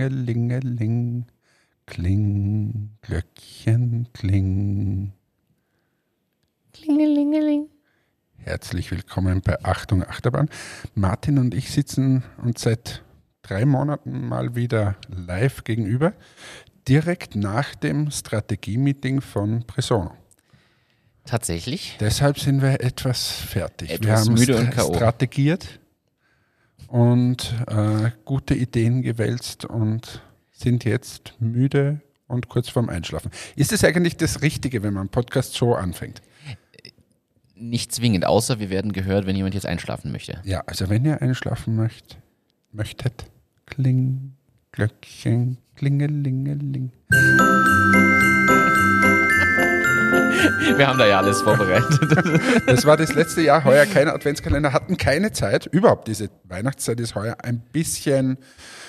Klingelingeling, kling, Glöckchen, kling. Klingelingeling. Herzlich willkommen bei Achtung Achterbahn. Martin und ich sitzen uns seit 3 Monaten mal wieder live gegenüber, direkt nach dem Strategie-Meeting von Presono. Tatsächlich? Deshalb sind wir etwas fertig. Etwas wir haben müde und K.O. strategiert und gute Ideen gewälzt und sind jetzt müde und kurz vorm Einschlafen. Ist es eigentlich das Richtige, wenn man einen Podcast so anfängt? Nicht zwingend, außer wir werden gehört, wenn jemand jetzt einschlafen möchte. Ja, also wenn ihr einschlafen möchtet, kling, Glöckchen, klingelingeling. Wir haben da ja alles vorbereitet. Das war das letzte Jahr, heuer kein Adventskalender, hatten keine Zeit. Überhaupt diese Weihnachtszeit ist heuer ein bisschen...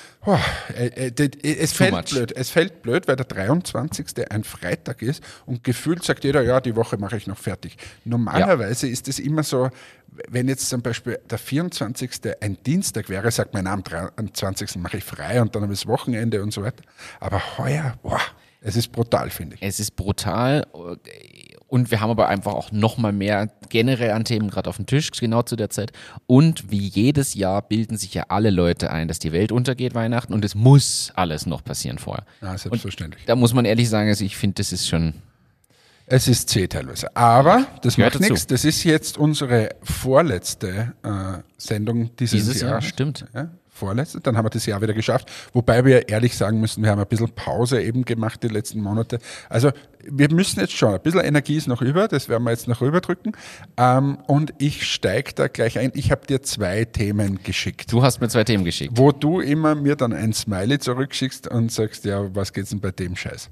Es fällt blöd, weil der 23. ein Freitag ist und gefühlt sagt jeder, ja, die Woche mache ich noch fertig. Normalerweise ist es immer so, wenn jetzt zum Beispiel der 24. ein Dienstag wäre, sagt man, am 23. mache ich frei und dann habe ich das Wochenende und so weiter. Aber heuer, es ist brutal, finde ich. Es ist brutal und wir haben aber einfach auch nochmal mehr generell an Themen gerade auf dem Tisch, genau zu der Zeit. Und wie jedes Jahr bilden sich ja alle Leute ein, dass die Welt untergeht Weihnachten und es muss alles noch passieren vorher. Ja, selbstverständlich. Und da muss man ehrlich sagen, also ich finde, das ist schon... Es ist zäh teilweise. Aber das Gehört macht dazu. nichts. Das ist jetzt unsere vorletzte Sendung dieses Jahr. Stimmt. Ja, vorletzte. Dann haben wir das Jahr wieder geschafft. Wobei wir ehrlich sagen müssen, wir haben ein bisschen Pause eben gemacht die letzten Monate. Also wir müssen jetzt schon, ein bisschen Energie ist noch über, das werden wir jetzt noch rüberdrücken. Und ich steige da gleich ein. Ich habe dir 2 Themen geschickt. Du hast mir 2 Themen geschickt. Wo du immer mir dann ein Smiley zurückschickst und sagst, ja, was geht's denn bei dem Scheiß?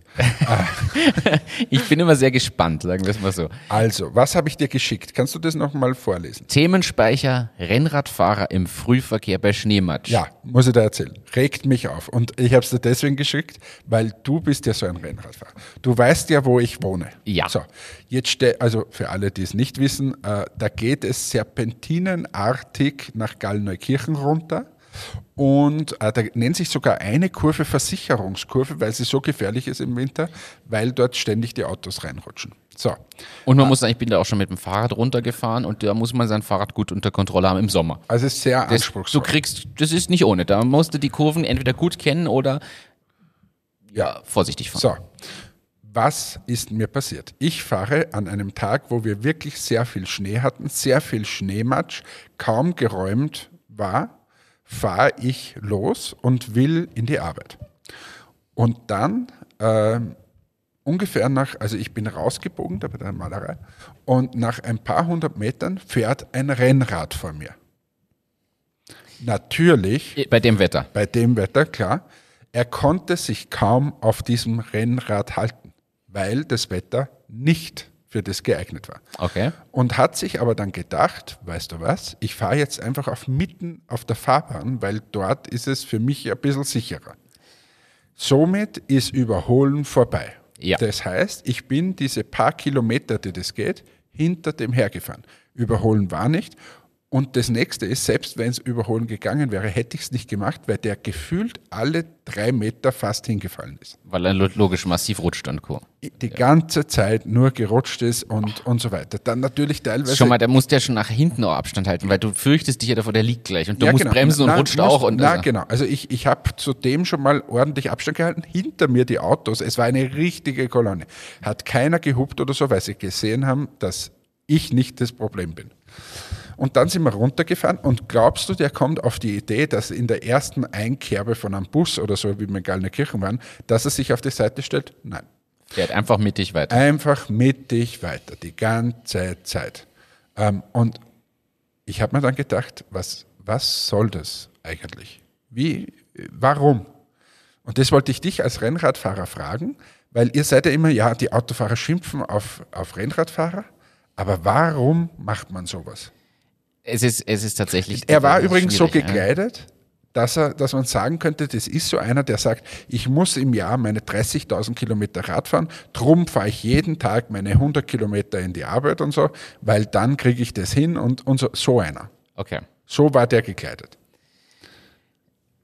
Ich bin immer sehr gespannt, sagen wir es mal so. Also, was habe ich dir geschickt? Kannst du das nochmal vorlesen? Themenspeicher Rennradfahrer im Frühverkehr bei Schneematsch. Ja, muss ich dir erzählen. Regt mich auf. Und ich habe es dir deswegen geschickt, weil du bist ja so ein Rennradfahrer. Du weißt ja, wo ich wohne. Ja. So, jetzt also für alle, die es nicht wissen, da geht es serpentinenartig nach Gallneukirchen runter. Und da nennt sich sogar eine Kurve Versicherungskurve, weil sie so gefährlich ist im Winter, weil dort ständig die Autos reinrutschen. So. Und man muss sagen, ich bin da auch schon mit dem Fahrrad runtergefahren und da muss man sein Fahrrad gut unter Kontrolle haben im Sommer. Also es ist sehr anspruchsvoll. Das ist nicht ohne. Da musst du die Kurven entweder gut kennen oder vorsichtig fahren. So. Was ist mir passiert? Ich fahre an einem Tag, wo wir wirklich sehr viel Schnee hatten, sehr viel Schneematsch, kaum geräumt war, fahre ich los und will in die Arbeit. Und dann ungefähr also ich bin rausgebogen da bei der Malerei und nach ein paar 100 Metern fährt ein Rennrad vor mir. Natürlich. Bei dem Wetter. Bei dem Wetter, klar. Er konnte sich kaum auf diesem Rennrad halten, weil das Wetter nicht für das geeignet war. Okay. Und hat sich aber dann gedacht, weißt du was, ich fahre jetzt einfach mitten auf der Fahrbahn, weil dort ist es für mich ein bisschen sicherer. Somit ist Überholen vorbei. Ja. Das heißt, ich bin diese paar Kilometer, die das geht, hinter dem hergefahren. Überholen war nicht. Und das nächste ist, selbst wenn es überholen gegangen wäre, hätte ich es nicht gemacht, weil der gefühlt alle 3 Meter fast hingefallen ist. Weil er logisch massiv rutscht und Co. Die ganze Zeit nur gerutscht ist und so weiter. Dann natürlich teilweise... Schon mal, der muss ja schon nach hinten auch Abstand halten, weil du fürchtest dich ja davor, der liegt gleich und du musst bremsen und rutscht auch. Genau. Also ich habe zudem schon mal ordentlich Abstand gehalten. Hinter mir die Autos, es war eine richtige Kolonne. Hat keiner gehupt oder so, weil sie gesehen haben, dass ich nicht das Problem bin. Und dann sind wir runtergefahren und glaubst du, der kommt auf die Idee, dass in der ersten Einkerbe von einem Bus oder so, wie wir in Gallneukirchen waren, dass er sich auf die Seite stellt? Nein. Fährt einfach mittig weiter. Einfach mittig weiter, die ganze Zeit. Und ich habe mir dann gedacht, was soll das eigentlich? Warum? Und das wollte ich dich als Rennradfahrer fragen, weil ihr seid ja immer, die Autofahrer schimpfen auf Rennradfahrer, aber warum macht man sowas? Es ist tatsächlich... Er war übrigens so schwierig, gekleidet, dass man sagen könnte, das ist so einer, der sagt, ich muss im Jahr meine 30.000 Kilometer Rad fahren, drum fahre ich jeden Tag meine 100 Kilometer in die Arbeit und so, weil dann kriege ich das hin und so einer. Okay. So war der gekleidet.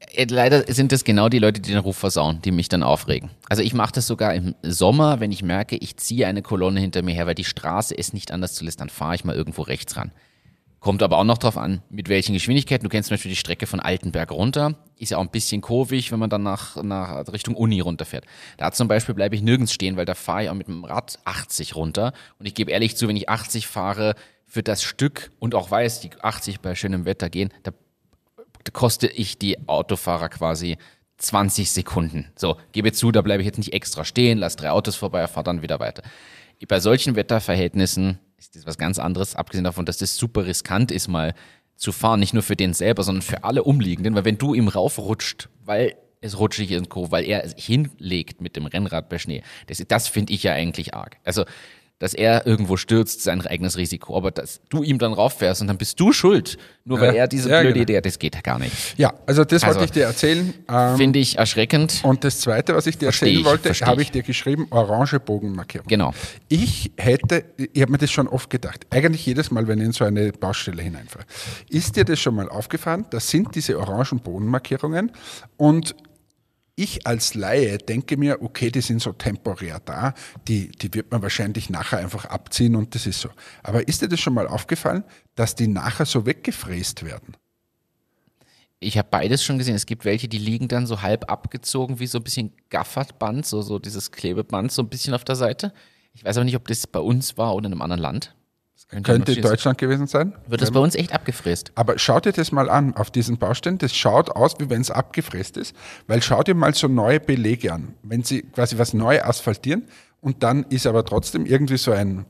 Leider sind das genau die Leute, die den Ruf versauen, die mich dann aufregen. Also ich mache das sogar im Sommer, wenn ich merke, ich ziehe eine Kolonne hinter mir her, weil die Straße es nicht anders zulässt, dann fahre ich mal irgendwo rechts ran. Kommt aber auch noch drauf an, mit welchen Geschwindigkeiten. Du kennst zum Beispiel die Strecke von Altenberg runter. Ist ja auch ein bisschen kurvig, wenn man dann nach Richtung Uni runterfährt. Da zum Beispiel bleibe ich nirgends stehen, weil da fahre ich auch mit dem Rad 80 runter. Und ich gebe ehrlich zu, wenn ich 80 fahre für das Stück und auch weiß, die 80 bei schönem Wetter gehen, da koste ich die Autofahrer quasi 20 Sekunden. So, gebe zu, da bleibe ich jetzt nicht extra stehen, lass 3 Autos vorbei, fahre dann wieder weiter. Bei solchen Wetterverhältnissen ist das was ganz anderes, abgesehen davon, dass das super riskant ist, mal zu fahren, nicht nur für den selber, sondern für alle Umliegenden, weil wenn du ihm raufrutscht, weil es rutschig ist, weil er sich hinlegt mit dem Rennrad bei Schnee, das finde ich ja eigentlich arg. Also, dass er irgendwo stürzt, sein eigenes Risiko, aber dass du ihm dann rauffährst und dann bist du schuld, nur weil er diese blöde Idee hat, das geht ja gar nicht. Ja, also das wollte ich dir erzählen. Finde ich erschreckend. Und das Zweite, was ich dir erzählen wollte, habe ich dir geschrieben, orange Bogenmarkierung. Genau. Ich habe mir das schon oft gedacht, eigentlich jedes Mal, wenn ich in so eine Baustelle hineinfahre. Ist dir das schon mal aufgefallen? Das sind diese orangen Bogenmarkierungen und ich als Laie denke mir, okay, die sind so temporär da, die wird man wahrscheinlich nachher einfach abziehen und das ist so. Aber ist dir das schon mal aufgefallen, dass die nachher so weggefräst werden? Ich habe beides schon gesehen. Es gibt welche, die liegen dann so halb abgezogen, wie so ein bisschen Gaffertband, so dieses Klebeband so ein bisschen auf der Seite. Ich weiß aber nicht, ob das bei uns war oder in einem anderen Land. Könnte Deutschland gewesen sein. Wird das bei uns echt abgefräst? Aber schau dir das mal an auf diesen Baustellen. Das schaut aus, wie wenn es abgefräst ist. Weil schau dir mal so neue Belege an. Wenn sie quasi was neu asphaltieren und dann ist aber trotzdem irgendwie so ein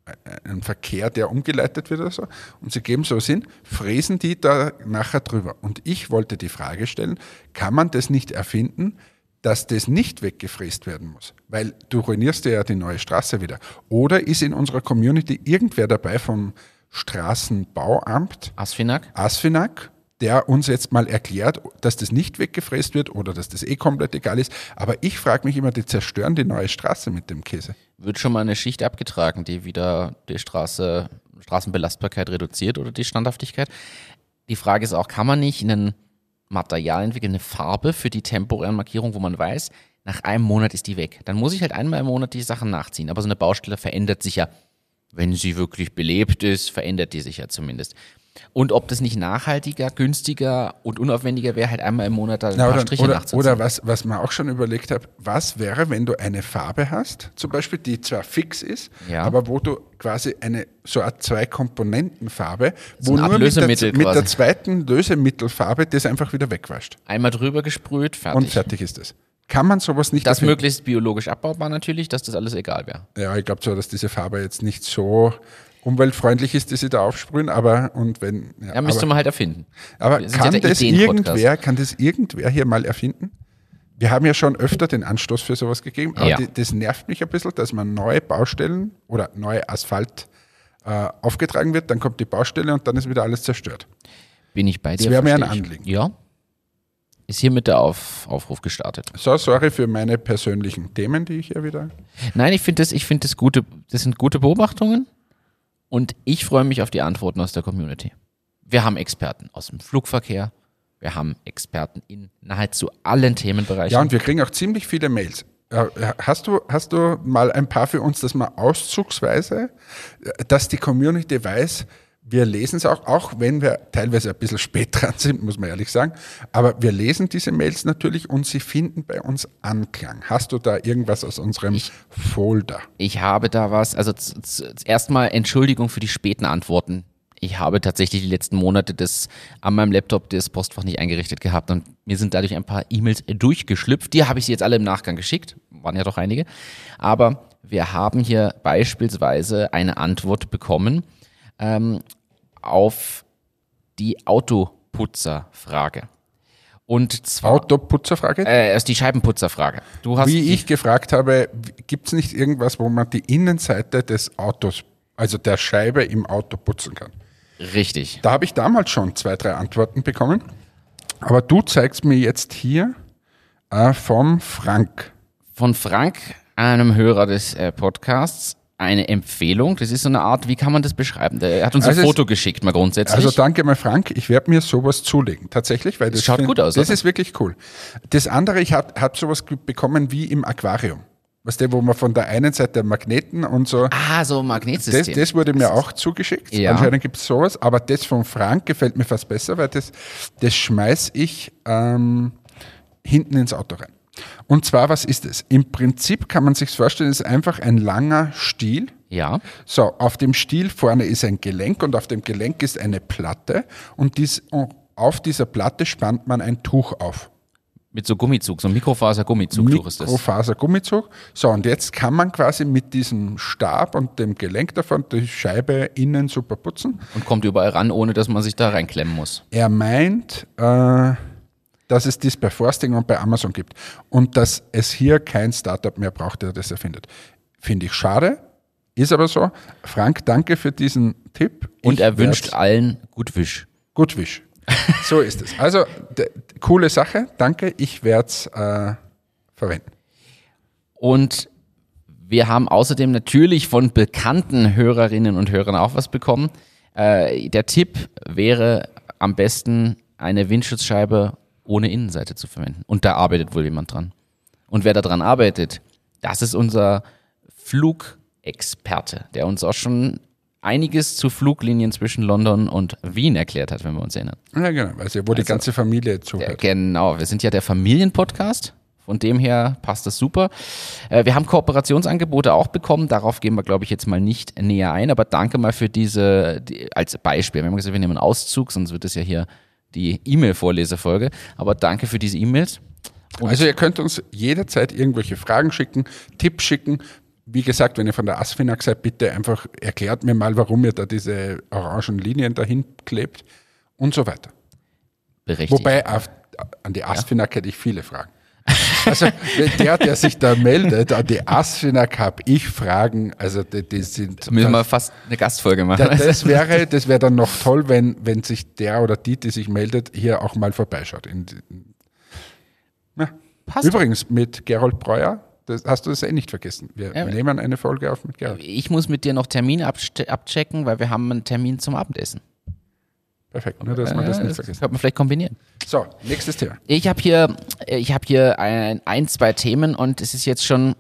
Verkehr, der umgeleitet wird oder so und sie geben so Sinn, fräsen die da nachher drüber. Und ich wollte die Frage stellen, kann man das nicht erfinden, dass das nicht weggefräst werden muss, weil du ruinierst ja die neue Straße wieder. Oder ist in unserer Community irgendwer dabei vom Straßenbauamt, ASFINAG, der uns jetzt mal erklärt, dass das nicht weggefräst wird oder dass das komplett egal ist. Aber ich frage mich immer, die zerstören die neue Straße mit dem Käse. Wird schon mal eine Schicht abgetragen, die wieder die Straßenbelastbarkeit reduziert oder die Standhaftigkeit? Die Frage ist auch, kann man nicht einen Material entwickeln, eine Farbe für die temporären Markierungen, wo man weiß, nach einem Monat ist die weg. Dann muss ich halt einmal im Monat die Sachen nachziehen. Aber so eine Baustelle verändert sich ja, wenn sie wirklich belebt ist, verändert die sich ja zumindest. Und ob das nicht nachhaltiger, günstiger und unaufwendiger wäre, halt einmal im Monat da ein paar Striche nachzuziehen. Oder was man auch schon überlegt hat, was wäre, wenn du eine Farbe hast, zum Beispiel, die zwar fix ist, aber wo du quasi so eine Zwei-Komponenten-Farbe, wo nur mit der zweiten Lösemittelfarbe das einfach wieder wegwascht. Einmal drüber gesprüht, fertig. Und fertig ist es. Kann man sowas nicht Das möglichst biologisch abbaubar natürlich, dass das alles egal wäre. Ja, ich glaube zwar, dass diese Farbe jetzt nicht so umweltfreundlich ist, die sie da aufsprühen, aber müsste man halt erfinden. Aber kann das irgendwer hier mal erfinden? Wir haben ja schon öfter den Anstoß für sowas gegeben, aber das nervt mich ein bisschen, dass man neue Baustellen oder neue Asphalt aufgetragen wird, dann kommt die Baustelle und dann ist wieder alles zerstört. Bin ich bei dir? Das wäre mir ein Anliegen. Ja. Ist hiermit der Aufruf gestartet. So, sorry für meine persönlichen Themen, die ich hier wieder... Nein, ich finde das gute, das sind gute Beobachtungen. Und ich freue mich auf die Antworten aus der Community. Wir haben Experten aus dem Flugverkehr, wir haben Experten in nahezu allen Themenbereichen. Ja, und wir kriegen auch ziemlich viele Mails. Hast du mal ein paar für uns, dass man auszugsweise, dass die Community weiß, wir lesen es auch wenn wir teilweise ein bisschen spät dran sind, muss man ehrlich sagen. Aber wir lesen diese Mails natürlich und sie finden bei uns Anklang. Hast du da irgendwas aus unserem Folder? Ich habe da was. Also erstmal Entschuldigung für die späten Antworten. Ich habe tatsächlich die letzten Monate an meinem Laptop das Postfach nicht eingerichtet gehabt und mir sind dadurch ein paar E-Mails durchgeschlüpft. Die habe ich jetzt alle im Nachgang geschickt. Waren ja doch einige. Aber wir haben hier beispielsweise eine Antwort bekommen, auf die Autoputzerfrage. Und zwar Autoputzerfrage? Ist die Scheibenputzerfrage. Ich gefragt habe, gibt es nicht irgendwas, wo man die Innenseite des Autos, also der Scheibe im Auto putzen kann? Richtig. Da habe ich damals schon 2, 3 Antworten bekommen. Aber du zeigst mir jetzt hier vom Frank. Von Frank, einem Hörer des Podcasts, eine Empfehlung. Das ist so eine Art, wie kann man das beschreiben? Er hat uns ein Foto geschickt, mal grundsätzlich. Also danke mal Frank, ich werde mir sowas zulegen, tatsächlich. Weil das schaut gut aus. Das ist wirklich cool. Das andere, ich hab sowas bekommen wie im Aquarium. Weißt du, wo man von der einen Seite Magneten und so. So ein Magnetsystem. Das wurde mir auch zugeschickt. Ja. Anscheinend gibt es sowas. Aber das von Frank gefällt mir fast besser, weil das schmeiß ich hinten ins Auto rein. Und zwar, was ist es? Im Prinzip kann man sich vorstellen, es ist einfach ein langer Stiel. Ja. So, auf dem Stiel vorne ist ein Gelenk und auf dem Gelenk ist eine Platte und auf dieser Platte spannt man ein Tuch auf. Mit so Gummizug, so ein Mikrofaser-Gummizug ist das. Mikrofaser-Gummizug. So, und jetzt kann man quasi mit diesem Stab und dem Gelenk davon die Scheibe innen super putzen. Und kommt überall ran, ohne dass man sich da reinklemmen muss. Er meint, dass es dies bei Forsting und bei Amazon gibt und dass es hier kein Startup mehr braucht, der das erfindet. Finde ich schade, ist aber so. Frank, danke für diesen Tipp. Und er wünscht allen gut Wisch. Gut Wisch. So ist es. Also, coole Sache, danke, ich werde es verwenden. Und wir haben außerdem natürlich von bekannten Hörerinnen und Hörern auch was bekommen. Der Tipp wäre am besten eine Windschutzscheibe ohne Innenseite zu verwenden. Und da arbeitet wohl jemand dran. Und wer daran arbeitet, das ist unser Flugexperte, der uns auch schon einiges zu Fluglinien zwischen London und Wien erklärt hat, wenn wir uns erinnern. Ja, genau, wo die ganze Familie zuhört. Genau, wir sind ja der Familienpodcast. Von dem her passt das super. Wir haben Kooperationsangebote auch bekommen. Darauf gehen wir, glaube ich, jetzt mal nicht näher ein. Aber danke mal für als Beispiel. Wir haben gesagt, wir nehmen einen Auszug, sonst wird es ja hier die E-Mail-Vorlesefolge. Aber danke für diese E-Mails. Also ihr könnt uns jederzeit irgendwelche Fragen schicken, Tipps schicken. Wie gesagt, wenn ihr von der Asfinag seid, bitte einfach erklärt mir mal, warum ihr da diese orangen Linien dahin klebt und so weiter. Berechtigt. Wobei an die Asfinag hätte ich viele Fragen. Also der sich da meldet, an die Asfinag habe ich Fragen, also die sind... Da müssen wir fast eine Gastfolge machen. Das wäre dann noch toll, wenn sich der oder die sich meldet, hier auch mal vorbeischaut. Passt. Übrigens mit Gerold Breuer, hast du das nicht vergessen. Wir nehmen eine Folge auf mit Gerold. Ich muss mit dir noch Termine abchecken, weil wir haben einen Termin zum Abendessen. Perfekt, nur dass man das nicht vergisst. Könnte man vielleicht kombinieren. So, nächstes Thema. Ich habe hier zwei Themen und es ist jetzt schon,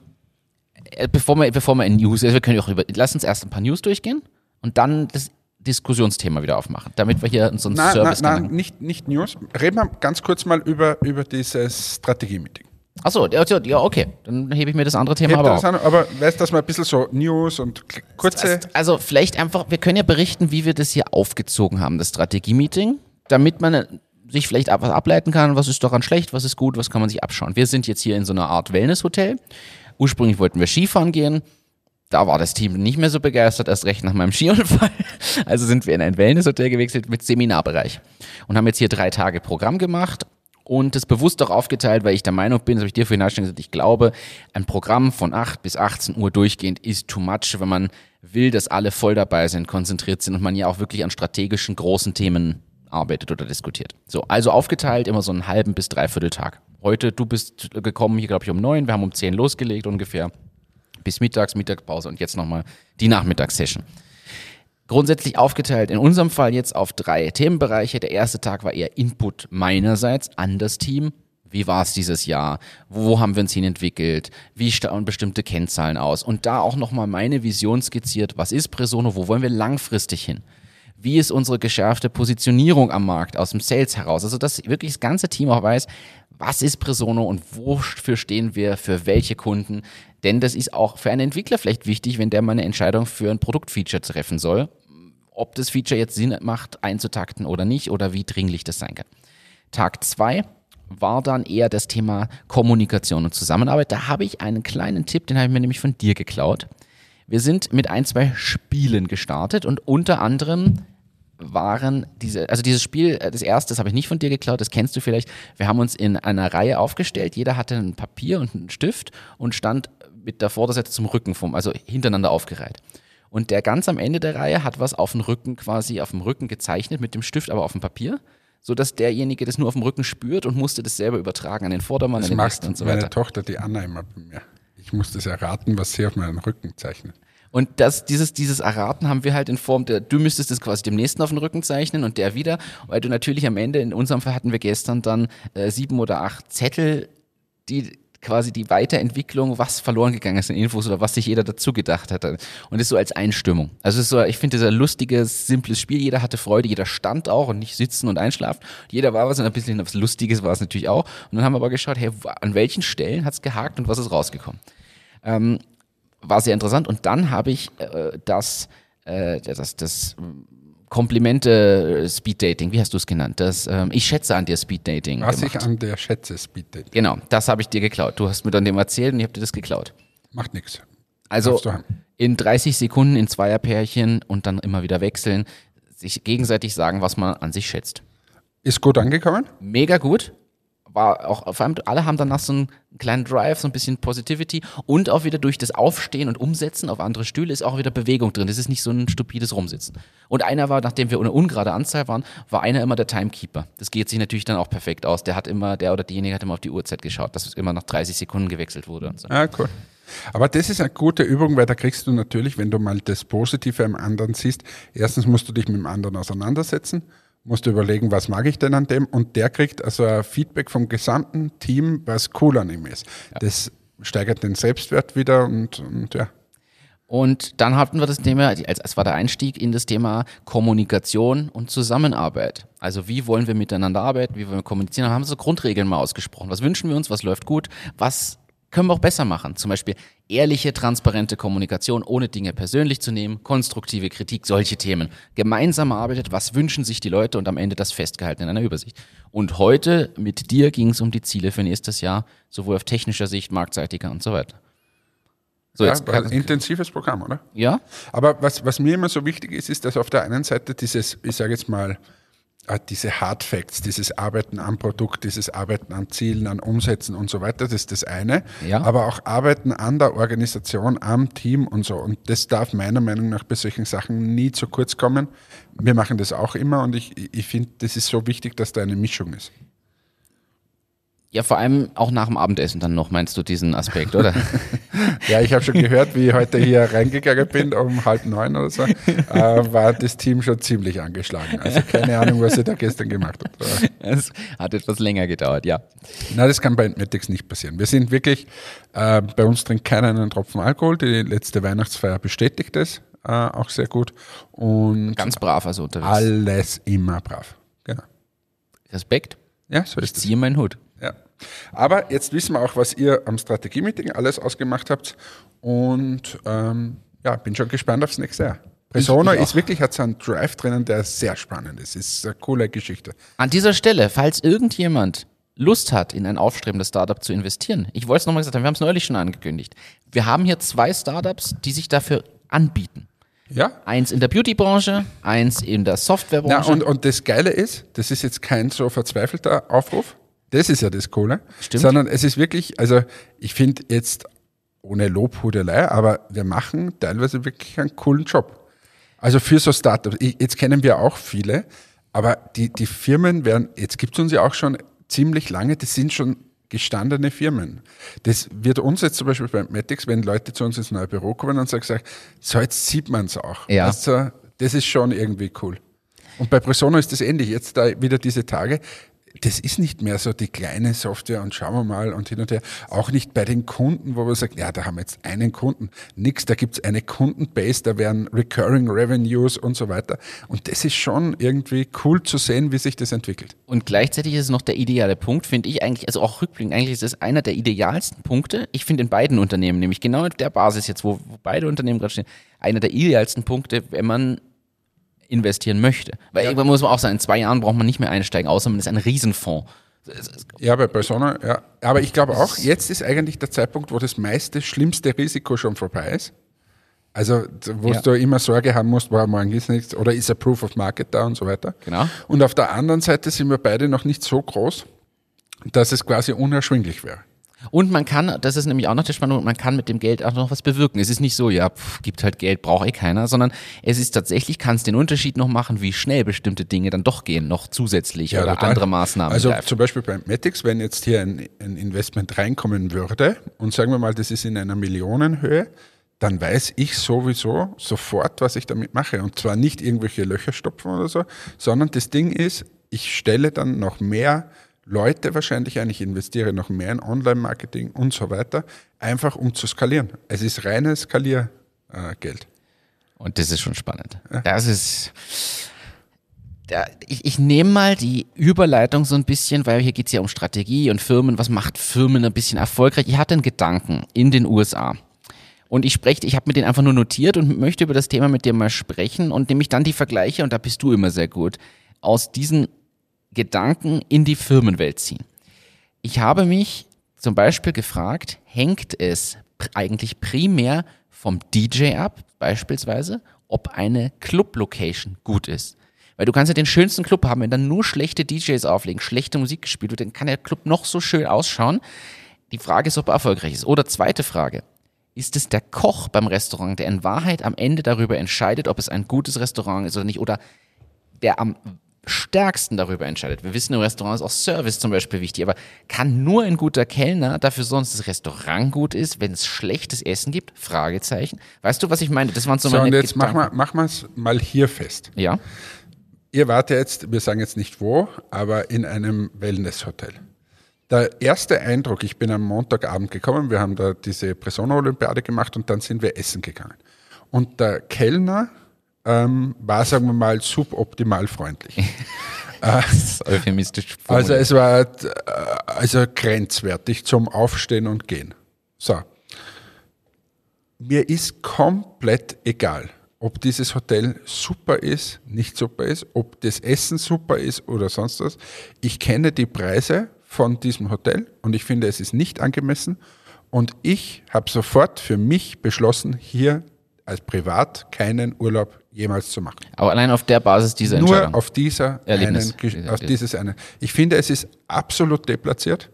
bevor wir in News, also wir können lass uns erst ein paar News durchgehen und dann das Diskussionsthema wieder aufmachen, damit wir hier so einen Service Nein, nicht News. Reden wir ganz kurz mal über dieses Strategie-Meeting. Achso, ja, okay. Dann hebe ich mir das andere Thema auf. Aber weißt du, dass wir ein bisschen so News und kurze... Also vielleicht einfach, wir können ja berichten, wie wir das hier aufgezogen haben, das Strategie-Meeting, damit man sich vielleicht was ableiten kann, was ist daran schlecht, was ist gut, was kann man sich abschauen. Wir sind jetzt hier in so einer Art Wellness-Hotel. Ursprünglich wollten wir Skifahren gehen. Da war das Team nicht mehr so begeistert, erst recht nach meinem Skiunfall. Also sind wir in ein Wellness-Hotel gewechselt mit Seminarbereich und haben jetzt hier 3 Tage Programm gemacht. Und das bewusst auch aufgeteilt, weil ich der Meinung bin, das habe ich dir vorhin schon gesagt, ich glaube, ein Programm von 8 bis 18 Uhr durchgehend ist too much, wenn man will, dass alle voll dabei sind, konzentriert sind und man ja auch wirklich an strategischen, großen Themen arbeitet oder diskutiert. So, also aufgeteilt immer so einen halben bis 3/4 Tag. Heute, du bist gekommen, hier glaube ich um 9, wir haben um 10 losgelegt ungefähr, bis Mittagspause und jetzt nochmal die Nachmittagssession. Grundsätzlich aufgeteilt in unserem Fall jetzt auf 3 Themenbereiche. Der erste Tag war eher Input meinerseits an das Team. Wie war es dieses Jahr? Wo haben wir uns hin entwickelt? Wie schauen bestimmte Kennzahlen aus? Und da auch nochmal meine Vision skizziert. Was ist Presono? Wo wollen wir langfristig hin? Wie ist unsere geschärfte Positionierung am Markt aus dem Sales heraus? Also, dass wirklich das ganze Team auch weiß, was ist Presono und wofür stehen wir, für welche Kunden? Denn das ist auch für einen Entwickler vielleicht wichtig, wenn der mal eine Entscheidung für ein Produktfeature treffen soll, ob das Feature jetzt Sinn macht, einzutakten oder nicht oder wie dringlich das sein kann. Tag 2 war dann eher das Thema Kommunikation und Zusammenarbeit. Da habe ich einen kleinen Tipp, den habe ich mir nämlich von dir geklaut. Wir sind mit 1-2 Spielen gestartet und unter anderem waren dieses Spiel, das erste, das habe ich nicht von dir geklaut, das kennst du vielleicht. Wir haben uns in einer Reihe aufgestellt, jeder hatte ein Papier und einen Stift und stand mit der Vorderseite zum Rücken also hintereinander aufgereiht. Und der ganz am Ende der Reihe hat was auf dem Rücken gezeichnet, mit dem Stift aber auf dem Papier, sodass derjenige das nur auf dem Rücken spürt und musste das selber übertragen an den Vordermann, an den nächsten und so weiter. Meine Tochter, die Anna, immer bei mir. Ich muss das erraten, was sie auf meinem Rücken zeichnet. Und dieses Erraten haben wir halt in Form du müsstest es quasi dem Nächsten auf den Rücken zeichnen und der wieder, weil du natürlich am Ende, in unserem Fall hatten wir gestern dann 7 oder 8 Zettel, die quasi die Weiterentwicklung, was verloren gegangen ist in Infos oder was sich jeder dazu gedacht hatte. Und das so als Einstimmung. Also es ist so, ich finde, das ist ein lustiges, simples Spiel. Jeder hatte Freude, jeder stand auch und nicht sitzen und einschlafen. Jeder war was und ein bisschen was Lustiges war es natürlich auch. Und dann haben wir aber geschaut, hey, an welchen Stellen hat es gehakt und was ist rausgekommen. War sehr interessant. Und dann habe ich das Komplimente Speeddating, wie hast du es genannt? Das ich schätze an dir Speeddating Was gemacht. ich an der schätze, Speeddating. Genau, das habe ich dir geklaut. Du hast mir dann dem erzählt und ich habe dir das geklaut. Macht nichts. Also Darfst du haben. in 30 Sekunden in Zweierpärchen und dann immer wieder wechseln, sich gegenseitig sagen, was man an sich schätzt. Ist gut angekommen? Mega gut. War auch, vor allem alle haben danach so einen kleinen Drive, so ein bisschen Positivity und auch wieder durch das Aufstehen und Umsetzen auf andere Stühle ist auch wieder Bewegung drin. Das ist nicht so ein stupides Rumsitzen. Und einer war, nachdem wir eine ungerade Anzahl waren, war einer immer der Timekeeper. Das geht sich natürlich dann auch perfekt aus. Der oder diejenige hat immer auf die Uhrzeit geschaut, dass es immer nach 30 Sekunden gewechselt wurde und so. Ah, cool. Aber das ist eine gute Übung, weil da kriegst du natürlich, wenn du mal das Positive am anderen siehst, erstens musst du dich mit dem anderen auseinandersetzen, musst du überlegen, was mag ich denn an dem, und der kriegt also ein Feedback vom gesamten Team, was cool an ihm ist. Ja. Das steigert den Selbstwert wieder und ja. Und dann hatten wir das Thema, es war der Einstieg in das Thema Kommunikation und Zusammenarbeit. Also wie wollen wir miteinander arbeiten, wie wollen wir kommunizieren, da haben wir so Grundregeln mal ausgesprochen. Was wünschen wir uns, was läuft gut, was können wir auch besser machen. Zum Beispiel ehrliche, transparente Kommunikation, ohne Dinge persönlich zu nehmen, konstruktive Kritik, solche Themen. Gemeinsam erarbeitet, was wünschen sich die Leute und am Ende das festgehalten in einer Übersicht. Und heute mit dir ging es um die Ziele für nächstes Jahr, sowohl auf technischer Sicht, marktseitiger und so weiter. So, ja, ein intensives Programm, oder? Ja. Aber was mir immer so wichtig ist, ist, dass auf der einen Seite dieses, ich sage jetzt mal, diese Hard Facts, dieses Arbeiten am Produkt, dieses Arbeiten an Zielen, an Umsätzen und so weiter, das ist das eine. Ja. Aber auch Arbeiten an der Organisation, am Team und so. Und das darf meiner Meinung nach bei solchen Sachen nie zu kurz kommen. Wir machen das auch immer und ich finde, das ist so wichtig, dass da eine Mischung ist. Ja, vor allem auch nach dem Abendessen dann noch, meinst du diesen Aspekt, oder? Ja, ich habe schon gehört, wie ich heute hier reingegangen bin, um 8:30 oder so, war das Team schon ziemlich angeschlagen. Also keine Ahnung, was ich da gestern gemacht habe. Es hat etwas länger gedauert, ja. Nein, das kann bei Entmetics nicht passieren. Wir sind wirklich, bei uns trinkt keiner einen Tropfen Alkohol. Die letzte Weihnachtsfeier bestätigt das auch sehr gut. Und ganz brav also unterwegs. Alles immer brav, genau. Respekt. Ja, so ist ich ziehe meinen Hut. Ja. Aber jetzt wissen wir auch, was ihr am Strategie-Meeting alles ausgemacht habt. Und bin schon gespannt aufs nächste Jahr. Persona ist wirklich, hat so einen Drive drinnen, der sehr spannend ist. Ist eine coole Geschichte. An dieser Stelle, falls irgendjemand Lust hat, in ein aufstrebendes Startup zu investieren, ich wollte es nochmal gesagt haben, wir haben es neulich schon angekündigt. Wir haben hier 2 Startups, die sich dafür anbieten. Ja. Eins in der Beauty-Branche, eins in der Softwarebranche. Na, und das Geile ist, das ist jetzt kein so verzweifelter Aufruf. Das ist ja das Coole. Stimmt. Sondern es ist wirklich, also ich finde jetzt, ohne Lobhudelei, aber wir machen teilweise wirklich einen coolen Job. Also für so Startups. Jetzt kennen wir auch viele, aber die Firmen werden, jetzt gibt es uns ja auch schon ziemlich lange, das sind schon gestandene Firmen. Das wird uns jetzt zum Beispiel bei Entmetics, wenn Leute zu uns ins neue Büro kommen und sagen, so jetzt sieht man es auch. Ja. Also, das ist schon irgendwie cool. Und bei Presona ist das ähnlich. Jetzt da wieder diese Tage, das ist nicht mehr so die kleine Software und schauen wir mal und hin und her. Auch nicht bei den Kunden, wo wir sagen, ja, da haben wir jetzt einen Kunden. Nix, da gibt's eine Kundenbase, da werden Recurring Revenues und so weiter. Und das ist schon irgendwie cool zu sehen, wie sich das entwickelt. Und gleichzeitig ist es noch der ideale Punkt, finde ich eigentlich, also auch rückblickend, eigentlich ist es einer der idealsten Punkte. Ich finde in beiden Unternehmen, nämlich genau in der Basis jetzt, wo beide Unternehmen gerade stehen, einer der idealsten Punkte, wenn man investieren möchte. Weil irgendwann muss man auch sagen, in 2 Jahren braucht man nicht mehr einsteigen, außer man ist ein Riesenfonds. Ja, bei Persona, ja. Aber ich glaube auch, jetzt ist eigentlich der Zeitpunkt, wo das schlimmste Risiko schon vorbei ist. Also, wo du immer Sorge haben musst, morgen ist nichts, oder ist ein Proof of Market da und so weiter. Genau. Und auf der anderen Seite sind wir beide noch nicht so groß, dass es quasi unerschwinglich wäre. Und man kann, das ist nämlich auch noch der Spannung, man kann mit dem Geld auch noch was bewirken. Es ist nicht so, gibt halt Geld, braucht keiner, sondern es ist tatsächlich, kann es den Unterschied noch machen, wie schnell bestimmte Dinge dann doch gehen, noch zusätzlich oder total. Andere Maßnahmen. Also greifen. Zum Beispiel bei Entmetics, wenn jetzt hier ein Investment reinkommen würde und sagen wir mal, das ist in einer Millionenhöhe, dann weiß ich sowieso sofort, was ich damit mache. Und zwar nicht irgendwelche Löcher stopfen oder so, sondern das Ding ist, ich stelle dann noch mehr Leute wahrscheinlich ein, ich investiere noch mehr in Online-Marketing und so weiter, einfach um zu skalieren. Es ist reines Skaliergeld. Und das ist schon spannend. Das ist... Ich nehme mal die Überleitung so ein bisschen, weil hier geht es ja um Strategie und Firmen. Was macht Firmen ein bisschen erfolgreich? Ich hatte einen Gedanken in den USA. Und ich habe mir den einfach nur notiert und möchte über das Thema mit dir mal sprechen und nämlich dann die Vergleiche, und da bist du immer sehr gut, aus diesen Gedanken in die Firmenwelt ziehen. Ich habe mich zum Beispiel gefragt, hängt es eigentlich primär vom DJ ab, beispielsweise, ob eine Club-Location gut ist? Weil du kannst ja den schönsten Club haben, wenn dann nur schlechte DJs auflegen, schlechte Musik gespielt wird, dann kann der Club noch so schön ausschauen. Die Frage ist, ob er erfolgreich ist. Oder zweite Frage, ist es der Koch beim Restaurant, der in Wahrheit am Ende darüber entscheidet, ob es ein gutes Restaurant ist oder nicht, oder der am stärksten darüber entscheidet? Wir wissen, im Restaurant ist auch Service zum Beispiel wichtig, aber kann nur ein guter Kellner dafür sorgen, dass das Restaurant gut ist, wenn es schlechtes Essen gibt? Fragezeichen. Weißt du, was ich meine? Das waren so meine und jetzt Gedanken. machen wir es mal hier fest. Ja. Ihr wart ja jetzt, wir sagen jetzt nicht wo, aber in einem Wellnesshotel. Der erste Eindruck, ich bin am Montagabend gekommen, wir haben da diese Presono-Olympiade gemacht und dann sind wir essen gegangen. Und der Kellner war, sagen wir mal, suboptimal freundlich. Das ist euphemistisch formuliert. Also es war grenzwertig zum Aufstehen und Gehen. So. Mir ist komplett egal, ob dieses Hotel super ist, nicht super ist, ob das Essen super ist oder sonst was. Ich kenne die Preise von diesem Hotel und ich finde, es ist nicht angemessen. Und ich habe sofort für mich beschlossen, hier als privat keinen Urlaub jemals zu machen. Aber allein auf der Basis dieser Entscheidung? Nur auf dieses eine. Ich finde, es ist absolut deplatziert.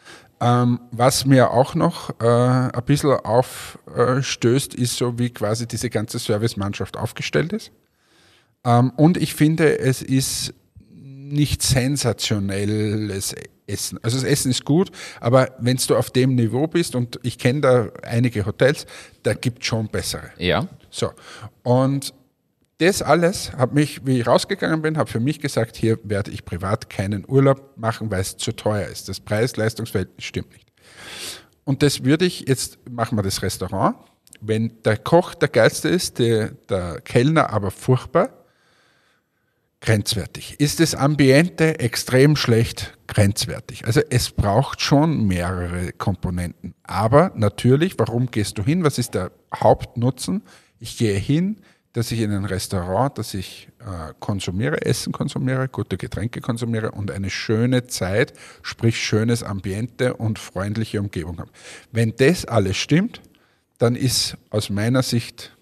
Was mir auch noch ein bisschen aufstößt, ist so, wie quasi diese ganze Servicemannschaft aufgestellt ist. Und ich finde, es ist nicht sensationelles Essen. Also das Essen ist gut, aber wenn du auf dem Niveau bist, und ich kenne da einige Hotels, da gibt es schon bessere. Ja. So. Und das alles hat mich, wie ich rausgegangen bin, habe für mich gesagt, hier werde ich privat keinen Urlaub machen, weil es zu teuer ist. Das Preis-Leistungs-Verhältnis stimmt nicht. Und das würde ich, jetzt machen wir das Restaurant, wenn der Koch der Geilste ist, der Kellner aber furchtbar, grenzwertig. Ist das Ambiente extrem schlecht? Grenzwertig. Also es braucht schon mehrere Komponenten. Aber natürlich, warum gehst du hin? Was ist der Hauptnutzen? Ich gehe hin, dass ich in ein Restaurant, dass ich Essen konsumiere, gute Getränke konsumiere und eine schöne Zeit, sprich schönes Ambiente und freundliche Umgebung habe. Wenn das alles stimmt, dann ist aus meiner Sicht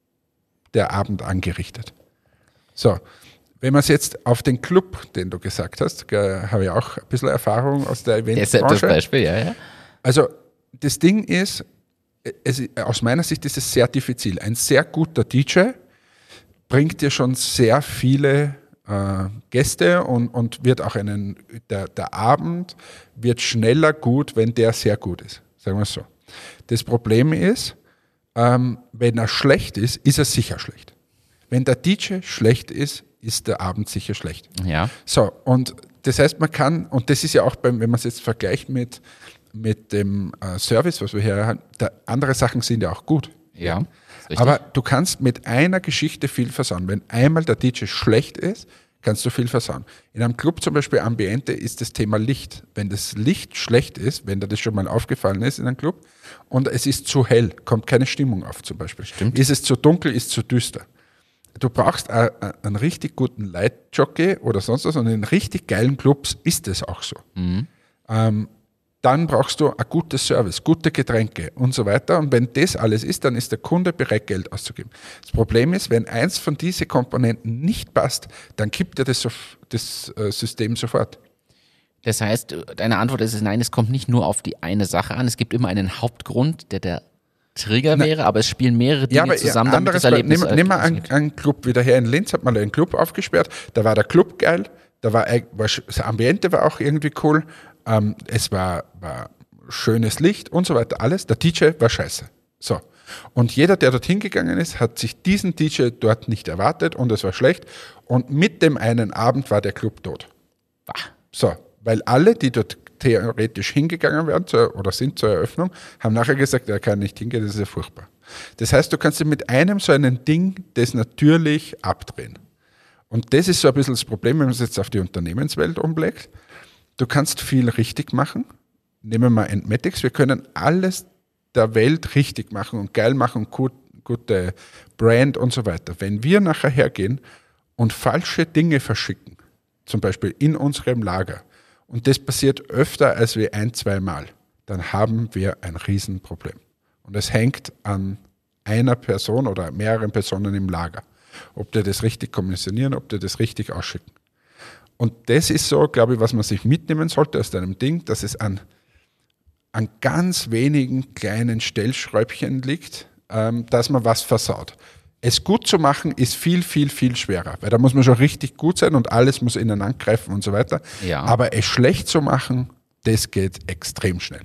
der Abend angerichtet. So, wenn man es jetzt auf den Club, den du gesagt hast, habe ich auch ein bisschen Erfahrung aus der Eventbranche. Das Beispiel, ja. Also das Ding ist, aus meiner Sicht ist es sehr diffizil. Ein sehr guter DJ bringt dir schon sehr viele Gäste und wird auch der Abend wird schneller gut, wenn der sehr gut ist. Sagen wir es so. Das Problem ist, wenn er schlecht ist, ist er sicher schlecht. Wenn der DJ schlecht ist der Abend sicher schlecht. Ja. So, und das heißt, man kann, und das ist ja auch, wenn man es jetzt vergleicht mit dem Service, was wir hier haben, andere Sachen sind ja auch gut. Ja. Aber du kannst mit einer Geschichte viel versauen. Wenn einmal der DJ schlecht ist, kannst du viel versauen. In einem Club zum Beispiel Ambiente ist das Thema Licht. Wenn das Licht schlecht ist, wenn dir das schon mal aufgefallen ist in einem Club und es ist zu hell, kommt keine Stimmung auf zum Beispiel. Stimmt. Ist es zu dunkel, ist es zu düster. Du brauchst einen richtig guten Lightjockey oder sonst was und in richtig geilen Clubs ist es auch so. Mhm. Dann brauchst du ein gutes Service, gute Getränke und so weiter. Und wenn das alles ist, dann ist der Kunde bereit, Geld auszugeben. Das Problem ist, wenn eins von diesen Komponenten nicht passt, dann kippt dir das System sofort. Das heißt, deine Antwort ist nein, es kommt nicht nur auf die eine Sache an. Es gibt immer einen Hauptgrund, der Trigger wäre, aber es spielen mehrere Dinge zusammen, damit das Erlebnis... Nehmen wir einen Club wieder her. In Linz hat man einen Club aufgesperrt, da war der Club geil, das Ambiente war auch irgendwie cool, es war schönes Licht und so weiter, alles. Der DJ war scheiße. So, Und jeder, der dorthin gegangen ist, hat sich diesen DJ dort nicht erwartet und es war schlecht. Und mit dem einen Abend war der Club tot. So, weil alle, die dort theoretisch hingegangen wären oder sind zur Eröffnung, haben nachher gesagt, er kann nicht hingehen, das ist ja furchtbar. Das heißt, du kannst dir mit einem so einem Ding das natürlich abdrehen. Und das ist so ein bisschen das Problem, wenn man es jetzt auf die Unternehmenswelt umlegt. Du kannst viel richtig machen. Nehmen wir mal Entmatics. Wir können alles der Welt richtig machen und geil machen und gute Brand und so weiter. Wenn wir nachher hergehen und falsche Dinge verschicken, zum Beispiel in unserem Lager, und das passiert öfter als wie 1-2 Mal, dann haben wir ein Riesenproblem. Und es hängt an einer Person oder mehreren Personen im Lager, ob die das richtig kommissionieren, ob die das richtig ausschicken. Und das ist so, glaube ich, was man sich mitnehmen sollte aus deinem Ding, dass es an ganz wenigen kleinen Stellschräubchen liegt, dass man was versaut. Es gut zu machen ist viel, viel, viel schwerer, weil da muss man schon richtig gut sein und alles muss ineinander greifen und so weiter. Ja. Aber es schlecht zu machen, das geht extrem schnell.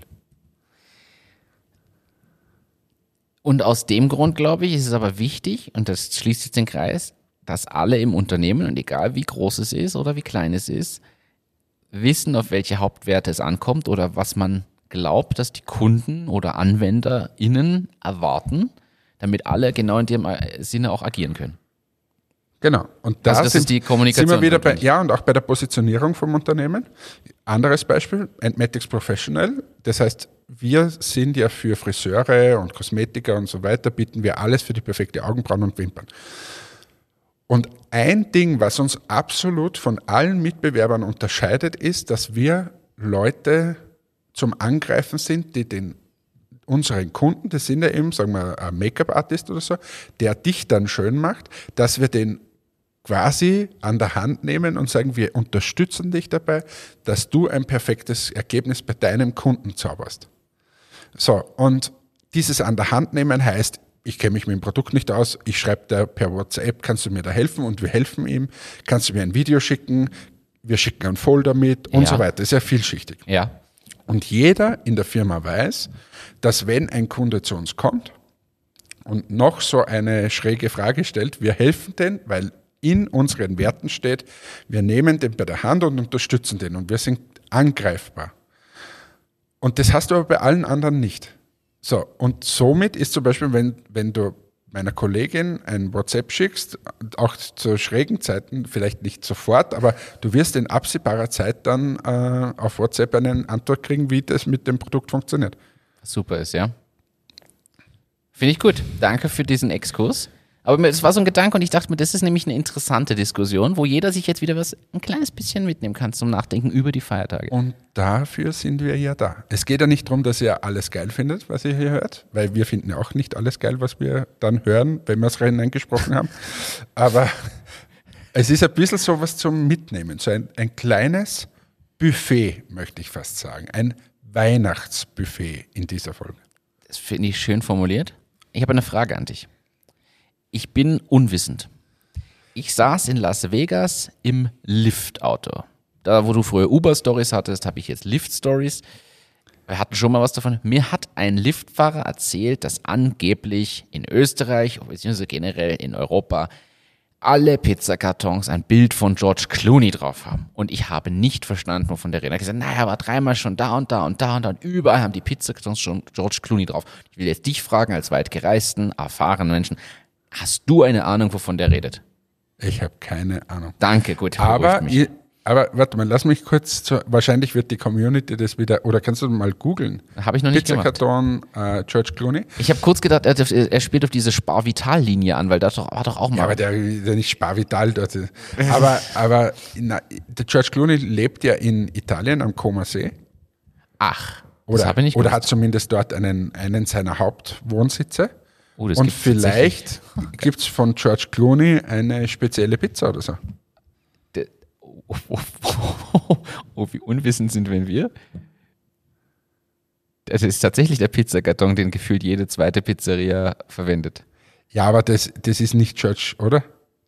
Und aus dem Grund, glaube ich, ist es aber wichtig, und das schließt jetzt den Kreis, dass alle im Unternehmen, und egal wie groß es ist oder wie klein es ist, wissen, auf welche Hauptwerte es ankommt oder was man glaubt, dass die Kunden oder AnwenderInnen erwarten, damit alle genau in dem Sinne auch agieren können. Genau. Und da also das ist die Kommunikation. Sind wir wieder und auch bei der Positionierung vom Unternehmen. Anderes Beispiel, Entmatics Professional. Das heißt, wir sind ja für Friseure und Kosmetiker und so weiter, bieten wir alles für die perfekte Augenbrauen und Wimpern. Und ein Ding, was uns absolut von allen Mitbewerbern unterscheidet, ist, dass wir Leute zum Angreifen sind, die unseren Kunden, das sind ja eben, sagen wir, ein Make-up-Artist oder so, der dich dann schön macht, dass wir den quasi an der Hand nehmen und sagen, wir unterstützen dich dabei, dass du ein perfektes Ergebnis bei deinem Kunden zauberst. So, und dieses an der Hand nehmen heißt, ich kenne mich mit dem Produkt nicht aus, ich schreibe dir per WhatsApp, kannst du mir da helfen und wir helfen ihm, kannst du mir ein Video schicken, wir schicken einen Folder mit und so weiter. Das ist ja vielschichtig. Ja. Und jeder in der Firma weiß, dass wenn ein Kunde zu uns kommt und noch so eine schräge Frage stellt, wir helfen den, weil in unseren Werten steht, wir nehmen den bei der Hand und unterstützen den und wir sind angreifbar. Und das hast du aber bei allen anderen nicht. So, und somit ist zum Beispiel, wenn du meiner Kollegin ein WhatsApp schickst, auch zu schrägen Zeiten, vielleicht nicht sofort, aber du wirst in absehbarer Zeit dann auf WhatsApp eine Antwort kriegen, wie das mit dem Produkt funktioniert. Super ist, ja. Finde ich gut. Danke für diesen Exkurs. Aber es war so ein Gedanke und ich dachte mir, das ist nämlich eine interessante Diskussion, wo jeder sich jetzt wieder ein kleines bisschen mitnehmen kann zum Nachdenken über die Feiertage. Und dafür sind wir ja da. Es geht ja nicht darum, dass ihr alles geil findet, was ihr hier hört, weil wir finden ja auch nicht alles geil, was wir dann hören, wenn wir es hineingesprochen haben. Aber es ist ein bisschen sowas zum Mitnehmen, so ein kleines Buffet, möchte ich fast sagen. Ein Weihnachtsbuffet in dieser Folge. Das finde ich schön formuliert. Ich habe eine Frage an dich. Ich bin unwissend. Ich saß in Las Vegas im Lyft-Auto. Da, wo du früher Uber-Stories hattest, habe ich jetzt Lyft-Stories. Wir hatten schon mal was davon. Mir hat ein Lyftfahrer erzählt, dass angeblich in Österreich, beziehungsweise generell in Europa, alle Pizzakartons ein Bild von George Clooney drauf haben. Und ich habe nicht verstanden, wovon der Redner gesagt hat, naja, er war 3-mal schon da und da und da und da und überall haben die Pizzakartons schon George Clooney drauf. Ich will jetzt dich fragen, als weit gereisten, erfahrenen Menschen, hast du eine Ahnung, wovon der redet? Ich habe keine Ahnung. Danke, gut. Aber warte mal, lass mich kurz, wahrscheinlich wird die Community das wieder, oder kannst du mal googeln? Habe ich noch nicht gemacht. Pizzakarton, George Clooney. Ich habe kurz gedacht, er spielt auf diese Spar-Vital-Linie an, weil das war doch auch mal. Ja, aber der nicht Spar-Vital dort. Aber der George Clooney lebt ja in Italien am Comer-See. Ach, das habe ich nicht gewusst. Oder hat zumindest dort einen seiner Hauptwohnsitze. Und vielleicht gibt es von George Clooney eine spezielle Pizza oder so. Oh, wie unwissend sind wir? Das ist tatsächlich der Pizzakarton, den gefühlt jede zweite Pizzeria verwendet. Ja, aber das ist nicht George, oder?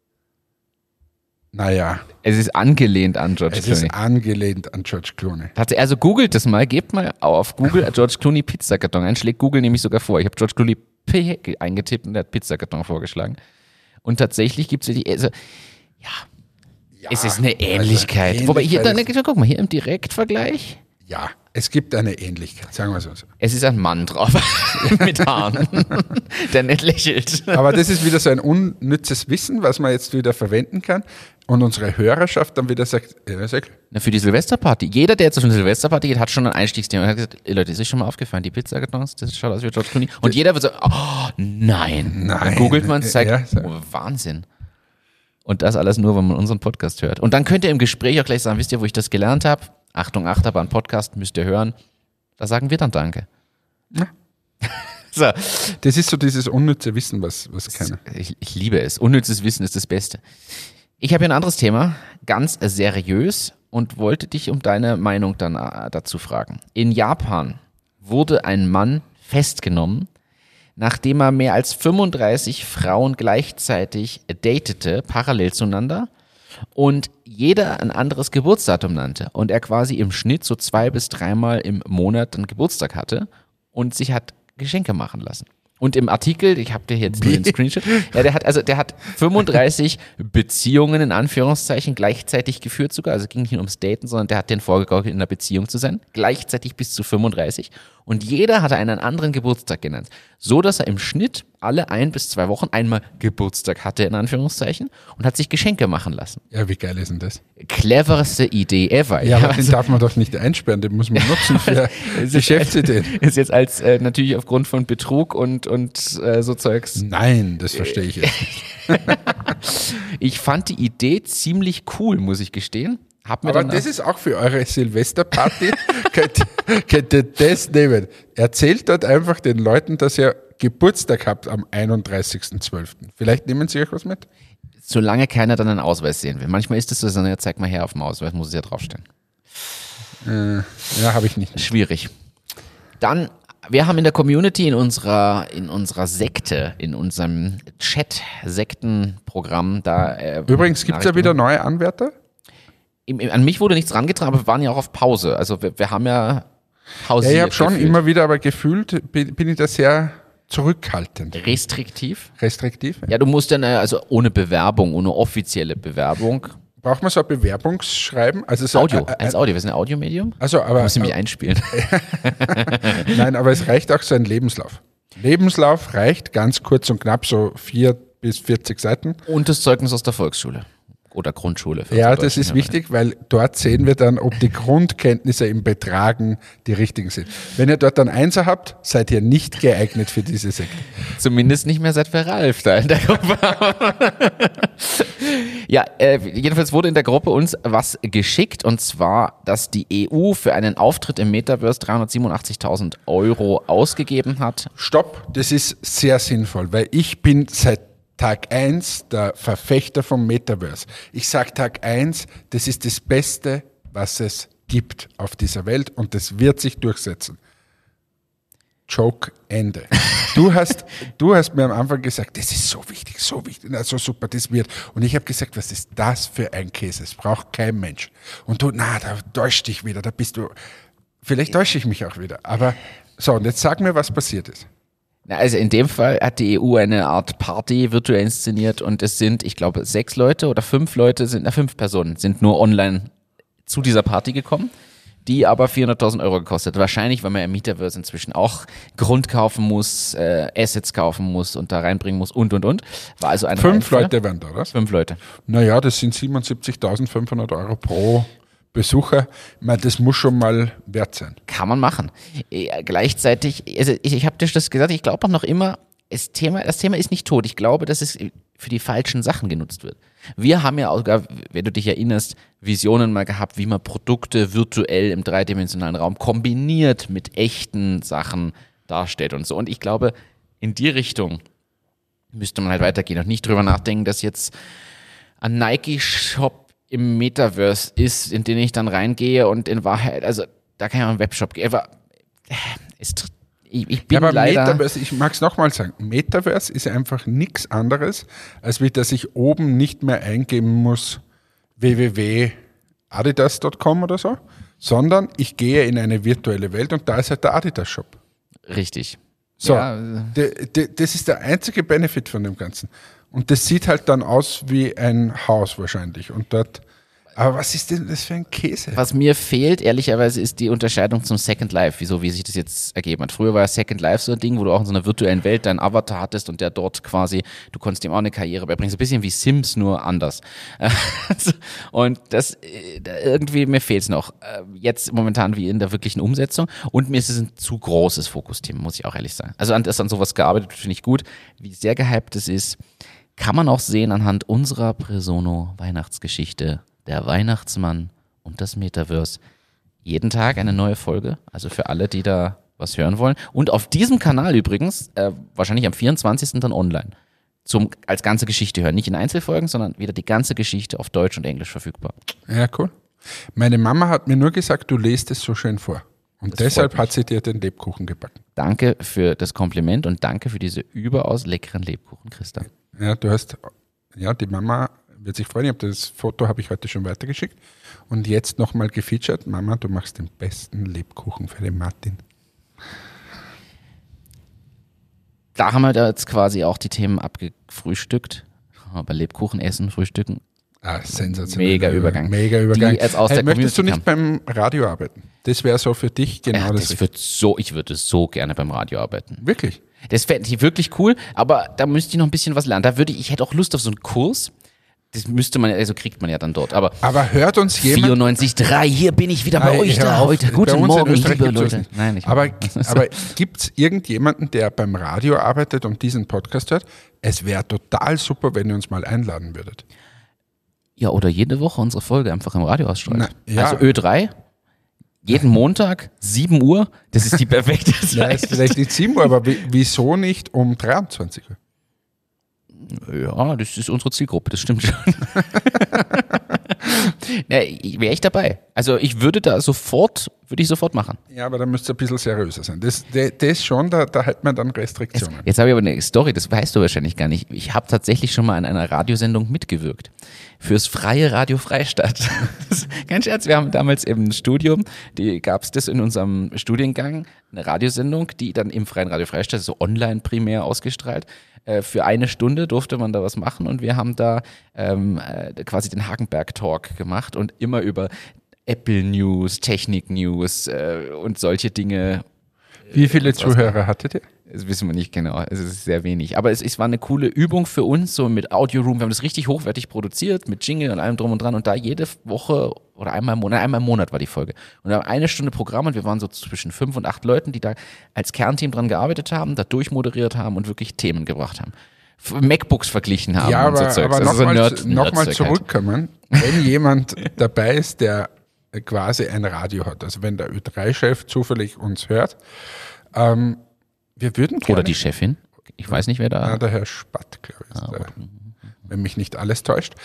Naja. Es ist angelehnt an George Clooney. Es ist angelehnt an George Clooney. Also googelt das mal, gebt mal auf Google George Clooney Pizzakarton ein, schlägt Google nämlich sogar vor. Ich habe George Clooney eingetippt und der hat Pizzakarton vorgeschlagen. Und tatsächlich gibt es es ist eine Ähnlichkeit. Also Wobei hier, guck mal, hier im Direktvergleich. Ja, es gibt eine Ähnlichkeit, sagen wir so. Es ist ein Mann drauf mit Haaren, der nicht lächelt. Aber das ist wieder so ein unnützes Wissen, was man jetzt wieder verwenden kann und unsere Hörerschaft dann wieder sagt, ja, sehr klar. Na, für die Silvesterparty. Jeder, der jetzt auf eine Silvesterparty geht, hat schon ein Einstiegsthema. Er hat gesagt, ey, Leute, ist euch schon mal aufgefallen, die Pizzakartons, das schaut aus wie George Clooney. Und jeder wird so, oh, nein. Dann googelt man es, zeigt, Wahnsinn. Und das alles nur, wenn man unseren Podcast hört. Und dann könnt ihr im Gespräch auch gleich sagen, wisst ihr, wo ich das gelernt habe? Achtung, Achterbahn Podcast, müsst ihr hören. Da sagen wir dann Danke. Ja. So. Das ist so dieses unnütze Wissen, was keiner. Ich liebe es. Unnützes Wissen ist das Beste. Ich habe hier ein anderes Thema, ganz seriös, und wollte dich um deine Meinung dann dazu fragen. In Japan wurde ein Mann festgenommen, nachdem er mehr als 35 Frauen gleichzeitig datete, parallel zueinander, und jeder ein anderes Geburtsdatum nannte und er quasi im Schnitt so 2 bis 3 Mal im Monat einen Geburtstag hatte und sich hat Geschenke machen lassen. Und im Artikel, ich habe dir jetzt nur den Screenshot, ja, der hat 35 Beziehungen in Anführungszeichen gleichzeitig geführt sogar, also es ging nicht nur ums Daten, sondern der hat den vorgegaukelt, in einer Beziehung zu sein, gleichzeitig bis zu 35, und jeder hatte einen anderen Geburtstag genannt, so dass er im Schnitt alle 1 bis 2 Wochen einmal Geburtstag hatte, in Anführungszeichen, und hat sich Geschenke machen lassen. Ja, wie geil ist denn das? Cleverste Idee ever. Ja, aber den darf man doch nicht einsperren, den muss man nutzen für Geschäftsideen. Ist jetzt als natürlich aufgrund von Betrug und so Zeugs. Nein, das verstehe ich jetzt nicht. Ich fand die Idee ziemlich cool, muss ich gestehen. Aber das ist auch für eure Silvesterparty. könnt ihr das nehmen. Erzählt dort einfach den Leuten, dass ihr Geburtstag habt am 31.12. Vielleicht nehmen sie euch was mit? Solange keiner dann einen Ausweis sehen will. Manchmal ist es so, ja, zeig mal her auf dem Ausweis, muss es ja draufstehen. Ja, habe ich nicht. Schwierig. Dann, wir haben in der Community, in unserer Sekte, in unserem Chat-Sektenprogramm, da... Übrigens, gibt es ja wieder neue Anwärter? An mich wurde nichts rangetragen, aber wir waren ja auch auf Pause. Also wir haben ja pausiert. Ja, ich habe schon immer wieder, aber gefühlt bin ich da sehr zurückhaltend. Restriktiv? Restriktiv? Ja, du musst dann, also ohne Bewerbung, ohne offizielle Bewerbung. Braucht man so ein Bewerbungsschreiben? Also so Audio, als Audio, wir sind ein Audiomedium. Also, aber... Muss ich mich einspielen. Nein, aber es reicht auch so ein Lebenslauf. Lebenslauf reicht ganz kurz und knapp, so 4 bis 40 Seiten. Und das Zeugnis aus der Volksschule. Oder Grundschule. Ja, das ist wichtig, weil dort sehen wir dann, ob die Grundkenntnisse im Betragen die richtigen sind. Wenn ihr dort dann Einser habt, seid ihr nicht geeignet für diese Sekte. Zumindest nicht mehr seit wir Ralf da in der Gruppe haben. Ja, jedenfalls wurde in der Gruppe uns was geschickt, und zwar, dass die EU für einen Auftritt im Metaverse 387.000 € ausgegeben hat. Stopp, das ist sehr sinnvoll, weil ich bin seit Tag 1 der Verfechter vom Metaverse. Ich sage Tag 1, das ist das Beste, was es gibt auf dieser Welt, und das wird sich durchsetzen. Joke, Ende. Du hast mir am Anfang gesagt, das ist so wichtig, na, so super, das wird. Und ich habe gesagt, was ist das für ein Käse? Es braucht kein Mensch. Und du, da täuscht dich wieder, da bist du, vielleicht täusche ich mich auch wieder. Aber so, und jetzt sag mir, was passiert ist. Also in dem Fall hat die EU eine Art Party virtuell inszeniert, und es sind, ich glaube, 5 Leute oder 5 Personen sind nur online zu dieser Party gekommen, die aber 400.000 € gekostet. Wahrscheinlich, weil man im Metaverse inzwischen auch Grund kaufen muss, Assets kaufen muss und da reinbringen muss und. War also ein 5 Leute waren da, oder? 5 Leute. Naja, das sind 77.500 € pro Besucher. Ich meine, das muss schon mal wert sein. Kann man machen. Gleichzeitig, also ich habe dir das gesagt, ich glaube auch noch immer, das Thema ist nicht tot. Ich glaube, dass es für die falschen Sachen genutzt wird. Wir haben ja auch, wenn du dich erinnerst, Visionen mal gehabt, wie man Produkte virtuell im dreidimensionalen Raum kombiniert mit echten Sachen darstellt und so. Und ich glaube, in die Richtung müsste man halt weitergehen und nicht drüber nachdenken, dass jetzt ein Nike-Shop im Metaverse ist, in den ich dann reingehe, und in Wahrheit, also da kann ich auch einen Webshop gehen. Aber ich bin aber leider... Metaverse, ich mag es nochmal sagen, Metaverse ist einfach nichts anderes, als wie dass ich oben nicht mehr eingeben muss www.adidas.com oder so, sondern ich gehe in eine virtuelle Welt, und da ist halt der Adidas-Shop. Richtig. So, Ja. das ist der einzige Benefit von dem Ganzen. Und das sieht halt dann aus wie ein Haus wahrscheinlich. Und dort, aber was ist denn das für ein Käse? Was mir fehlt, ehrlicherweise, ist die Unterscheidung zum Second Life, wie sich das jetzt ergeben hat. Früher war ja Second Life so ein Ding, wo du auch in so einer virtuellen Welt deinen Avatar hattest und der dort quasi, du konntest ihm auch eine Karriere beibringen. So ein bisschen wie Sims, nur anders. Und das, irgendwie, mir fehlt es noch. Jetzt momentan wie in der wirklichen Umsetzung. Und mir ist es ein zu großes Fokusthema, muss ich auch ehrlich sagen. Also an sowas gearbeitet, finde ich gut. Wie sehr gehypt es ist, kann man auch sehen anhand unserer Presono-Weihnachtsgeschichte. Der Weihnachtsmann und das Metaverse. Jeden Tag eine neue Folge, also für alle, die da was hören wollen. Und auf diesem Kanal übrigens, wahrscheinlich am 24. dann online, als ganze Geschichte hören. Nicht in Einzelfolgen, sondern wieder die ganze Geschichte auf Deutsch und Englisch verfügbar. Ja, cool. Meine Mama hat mir nur gesagt, du lest es so schön vor. Und Das deshalb freut mich. hat sie dir den Lebkuchen gebacken. Danke für das Kompliment und danke für diese überaus leckeren Lebkuchen, Christa. Ja, die Mama wird sich freuen. Das Foto habe ich heute schon weitergeschickt. Und jetzt nochmal gefeatured. Mama, du machst den besten Lebkuchen für den Martin. Da haben wir da jetzt quasi auch die Themen abgefrühstückt. Aber Lebkuchen essen, frühstücken. Sensationell. Mega Übergang. Mega Übergang. Die jetzt aus der möchtest du Community nicht beim Radio arbeiten? Das wäre so für dich genau das. Ich würde so gerne beim Radio arbeiten. Wirklich? Das fände ich wirklich cool, aber da müsste ich noch ein bisschen was lernen. Ich hätte auch Lust auf so einen Kurs. Das müsste man, also kriegt man ja dann dort. Aber hört uns jemand... 94.3, hier bin ich wieder bei euch hör da auf. heute. Bei Guten uns in Morgen, Österreich liebe gibt's das Leute. nicht. Nein, nicht. Aber gibt es irgendjemanden, der beim Radio arbeitet und diesen Podcast hört? Es wäre total super, wenn ihr uns mal einladen würdet. Ja, oder jede Woche unsere Folge einfach im Radio ausstrahlt. Na, ja. Also Ö3, jeden Montag, 7 Uhr, das ist die perfekte Zeit. Ja, ist vielleicht nicht 7 Uhr, aber wieso nicht um 23 Uhr? Ja, das ist unsere Zielgruppe, das stimmt schon. Wäre ich dabei. Also ich würde sofort machen. Ja, aber da müsst ihr ein bisschen seriöser sein. Das schon, da hat man dann Restriktionen. Jetzt habe ich aber eine Story, das weißt du wahrscheinlich gar nicht. Ich habe tatsächlich schon mal an einer Radiosendung mitgewirkt. Fürs Freie Radio Freistadt. Kein Scherz, wir haben damals im Studium, gab es das in unserem Studiengang, eine Radiosendung, die dann im Freien Radio Freistadt, so online primär ausgestrahlt. Für 1 Stunde durfte man da was machen und wir haben da quasi den Hagenberg-Talk gemacht und immer über Apple News, Technik News und solche Dinge. Wie viele Zuhörer hattet ihr? Das wissen wir nicht genau, es ist sehr wenig. Aber es war eine coole Übung für uns, so mit Audio Room. Wir haben das richtig hochwertig produziert, mit Jingle und allem drum und dran. Und da jede Woche oder einmal im Monat war die Folge. Und da 1 Stunde Programm und wir waren so zwischen 5 und 8 Leuten, die da als Kernteam dran gearbeitet haben, da durchmoderiert haben und wirklich Themen gebracht haben. MacBooks verglichen haben Ja, und so aber Zeugs. Also nochmal Nerdzeug zurückkommen, wenn jemand dabei ist, der quasi ein Radio hat, also wenn der Ö3-Chef zufällig uns hört, wir würden gerne... Oder die Chefin. Ich weiß nicht, wer da... Ja, der Herr Spatt, glaube ich, ist der, wenn mich nicht alles täuscht.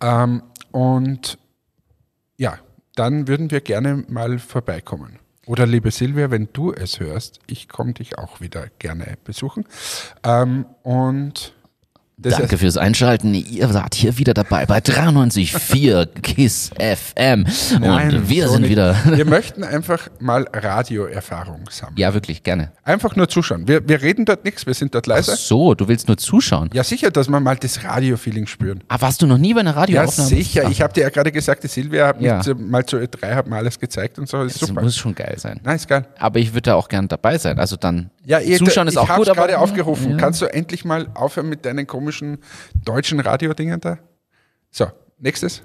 Und ja, dann würden wir gerne mal vorbeikommen. Oder liebe Silvia, wenn du es hörst, ich komme dich auch wieder gerne besuchen. Und das Danke fürs Einschalten. Ihr seid hier wieder dabei bei 93.4 KISS FM. Und wir sind nicht. wieder... Wir möchten einfach mal Radioerfahrung sammeln. Ja, wirklich, gerne. Einfach nur zuschauen. Wir reden dort nichts, wir sind dort Ach leise. so, du willst nur zuschauen. Ja, sicher, dass wir mal das Radio-Feeling spüren. Ah, warst du noch nie bei einer Ja, Radioaufnahme? sicher. Ach, Ich habe dir ja gerade gesagt, die Silvia hat Ja. mich mal zu Ö3, hat mir alles gezeigt und so. Das ist das super. muss schon geil sein. Nein, ist geil. Aber ich würde da auch gern dabei sein. Also dann Ja, zuschauen ist auch gut. Ich habe gerade aber aufgerufen. Ja. Kannst du endlich mal aufhören mit deinen komischen deutschen Radiodingen da? So, nächstes.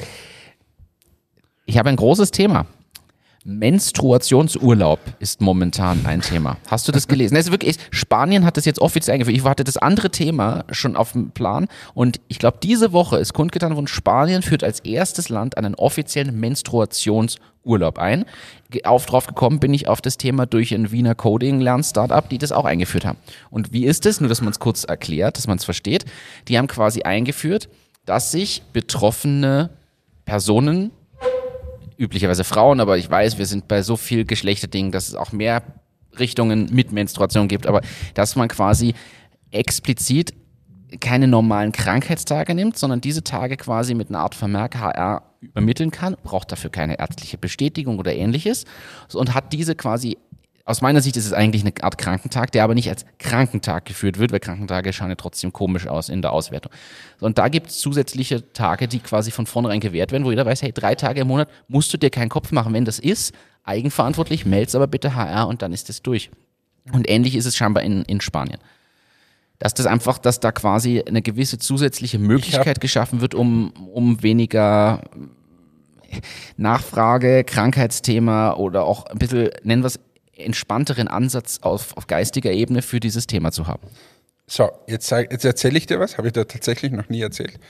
Ich habe ein großes Thema. Menstruationsurlaub ist momentan ein Thema. Hast du das gelesen? Das ist wirklich, Spanien hat das jetzt offiziell eingeführt. Ich hatte das andere Thema schon auf dem Plan und ich glaube, diese Woche ist kundgetan worden, Spanien führt als erstes Land einen offiziellen Menstruationsurlaub ein. Drauf gekommen bin ich auf das Thema durch ein Wiener Coding-Lern-Startup, die das auch eingeführt haben. Und wie ist es? Nur, dass man es kurz erklärt, dass man es versteht. Die haben quasi eingeführt, dass sich betroffene Personen, üblicherweise Frauen, aber ich weiß, wir sind bei so viel Geschlechterdingen, dass es auch mehr Richtungen mit Menstruation gibt, aber dass man quasi explizit keine normalen Krankheitstage nimmt, sondern diese Tage quasi mit einer Art Vermerk HR übermitteln kann, braucht dafür keine ärztliche Bestätigung oder ähnliches und hat diese quasi aus meiner Sicht ist es eigentlich eine Art Krankentag, der aber nicht als Krankentag geführt wird, weil Krankentage schauen ja trotzdem komisch aus in der Auswertung. Und da gibt es zusätzliche Tage, die quasi von vornherein gewährt werden, wo jeder weiß, hey, 3 Tage im Monat musst du dir keinen Kopf machen. Wenn das ist, eigenverantwortlich, meld's aber bitte HR und dann ist das durch. Und ähnlich ist es scheinbar in Spanien. Dass da quasi eine gewisse zusätzliche Möglichkeit geschaffen wird, um weniger Nachfrage, Krankheitsthema oder auch ein bisschen, nennen wir es, entspannteren Ansatz auf geistiger Ebene für dieses Thema zu haben. So, jetzt erzähle ich dir was, habe ich dir tatsächlich noch nie erzählt.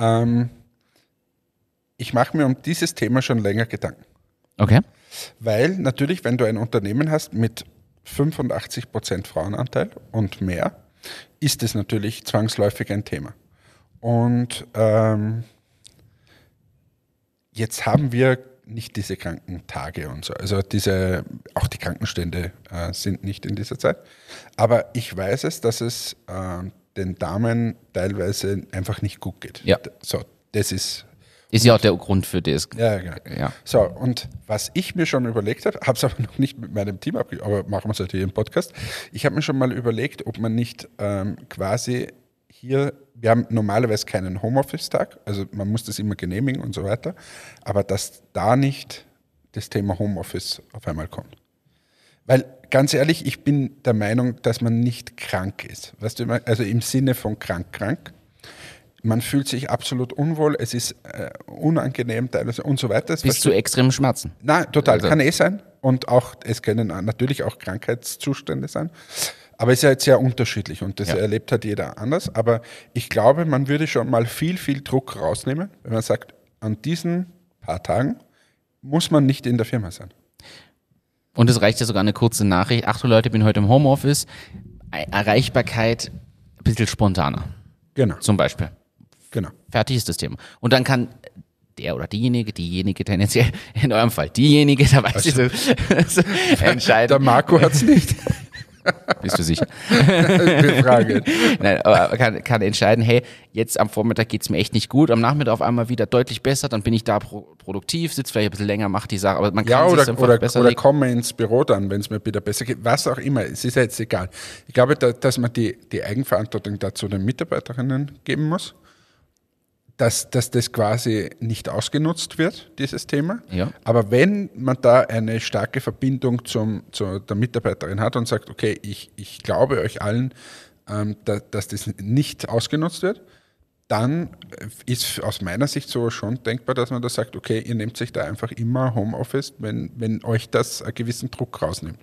Ich mache mir um dieses Thema schon länger Gedanken. Okay. Weil natürlich, wenn du ein Unternehmen hast mit 85% Frauenanteil und mehr, ist es natürlich zwangsläufig ein Thema. Und jetzt haben wir nicht diese Krankentage und so. Also auch die Krankenstände sind nicht in dieser Zeit. Aber ich weiß es, dass es den Damen teilweise einfach nicht gut geht. Ja. So, das ist ja auch der Grund für das. Ja, genau. Ja. So, und was ich mir schon überlegt habe es aber noch nicht mit meinem Team aber machen wir es halt hier im Podcast. Ich habe mir schon mal überlegt, ob man nicht quasi hier, wir haben normalerweise keinen Homeoffice-Tag, also man muss das immer genehmigen und so weiter, aber dass da nicht das Thema Homeoffice auf einmal kommt. Weil, ganz ehrlich, ich bin der Meinung, dass man nicht krank ist. Weißt du, also im Sinne von krank. Man fühlt sich absolut unwohl, es ist unangenehm teilweise und so weiter. Bis zu extremen Schmerzen. Nein, total, Also. kann sein. Und auch, es können natürlich auch Krankheitszustände sein. Aber es ist ja jetzt sehr unterschiedlich und das erlebt halt jeder anders. Aber ich glaube, man würde schon mal viel, viel Druck rausnehmen, wenn man sagt, an diesen paar Tagen muss man nicht in der Firma sein. Und es reicht ja sogar eine kurze Nachricht. Achtung Leute, ich bin heute im Homeoffice. Erreichbarkeit ein bisschen spontaner. Genau. Zum Beispiel. Genau. Fertig ist das Thema. Und dann kann der oder diejenige tendenziell, in eurem Fall diejenige, da weiß ich so, entscheiden. Der Marco hat es nicht. Bist du sicher? Frage. Nein, aber kann entscheiden, hey, jetzt am Vormittag geht es mir echt nicht gut, am Nachmittag auf einmal wieder deutlich besser, dann bin ich da produktiv, sitze vielleicht ein bisschen länger, mache die Sache, aber man kann sich einfach besser oder komme ins Büro dann, wenn es mir wieder besser geht, was auch immer, es ist ja jetzt egal. Ich glaube, dass man die Eigenverantwortung dazu den Mitarbeiterinnen geben muss, dass das quasi nicht ausgenutzt wird, dieses Thema. Ja. Aber wenn man da eine starke Verbindung zu der Mitarbeiterin hat und sagt, okay, ich glaube euch allen, dass das nicht ausgenutzt wird, dann ist aus meiner Sicht so schon denkbar, dass man da sagt, okay, ihr nehmt sich da einfach immer Homeoffice, wenn euch das einen gewissen Druck rausnimmt.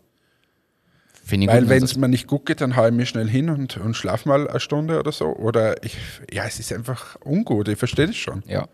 Weil wenn es mir nicht gut geht, dann haue ich mich schnell hin und schlaf mal eine Stunde oder so. Oder es ist einfach ungut, ich verstehe das schon. Ja.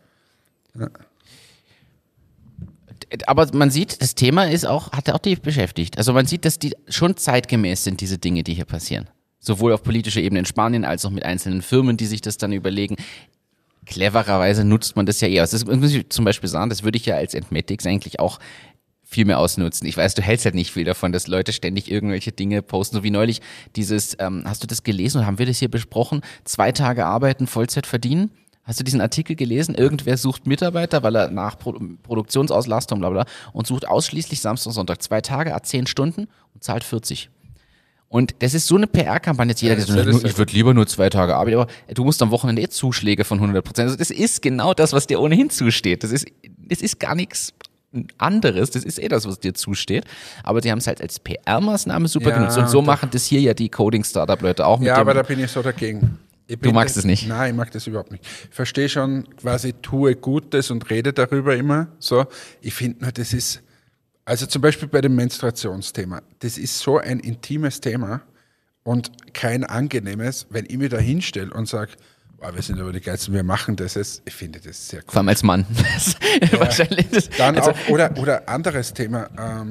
Aber man sieht, das Thema hat auch die beschäftigt. Also man sieht, dass die schon zeitgemäß sind, diese Dinge, die hier passieren. Sowohl auf politischer Ebene in Spanien, als auch mit einzelnen Firmen, die sich das dann überlegen. Clevererweise nutzt man das ja eher. Das muss ich zum Beispiel sagen, das würde ich ja als Entmetics eigentlich auch viel mehr ausnutzen. Ich weiß, du hältst halt nicht viel davon, dass Leute ständig irgendwelche Dinge posten, so wie neulich dieses, hast du das gelesen oder haben wir das hier besprochen? 2 Tage arbeiten, Vollzeit verdienen? Hast du diesen Artikel gelesen? Irgendwer sucht Mitarbeiter, weil er nach Produktionsauslastung, bla bla, und sucht ausschließlich Samstag und Sonntag 2 Tage, 10 Stunden und zahlt 40. Und das ist so eine PR-Kampagne, jetzt jeder sagt, ich würde lieber nur 2 Tage arbeiten, aber du musst am Wochenende Zuschläge von 100%. Also das ist genau das, was dir ohnehin zusteht. Das ist gar nichts anderes, das ist das, was dir zusteht, aber die haben es halt als PR-Maßnahme super genutzt und so machen das hier ja die Coding-Startup-Leute auch mit Ja, aber da bin ich so dagegen. Du magst es nicht? Nein, ich mag das überhaupt nicht. Ich verstehe schon, quasi tue Gutes und rede darüber immer so. Ich finde nur, das ist, also zum Beispiel bei dem Menstruationsthema, das ist so ein intimes Thema und kein angenehmes, wenn ich mich da hinstelle und sage, wir sind aber die Geilsten, wir machen das jetzt. Ich finde das sehr cool. Vor allem als Mann. Wahrscheinlich. Dann auch, oder anderes Thema,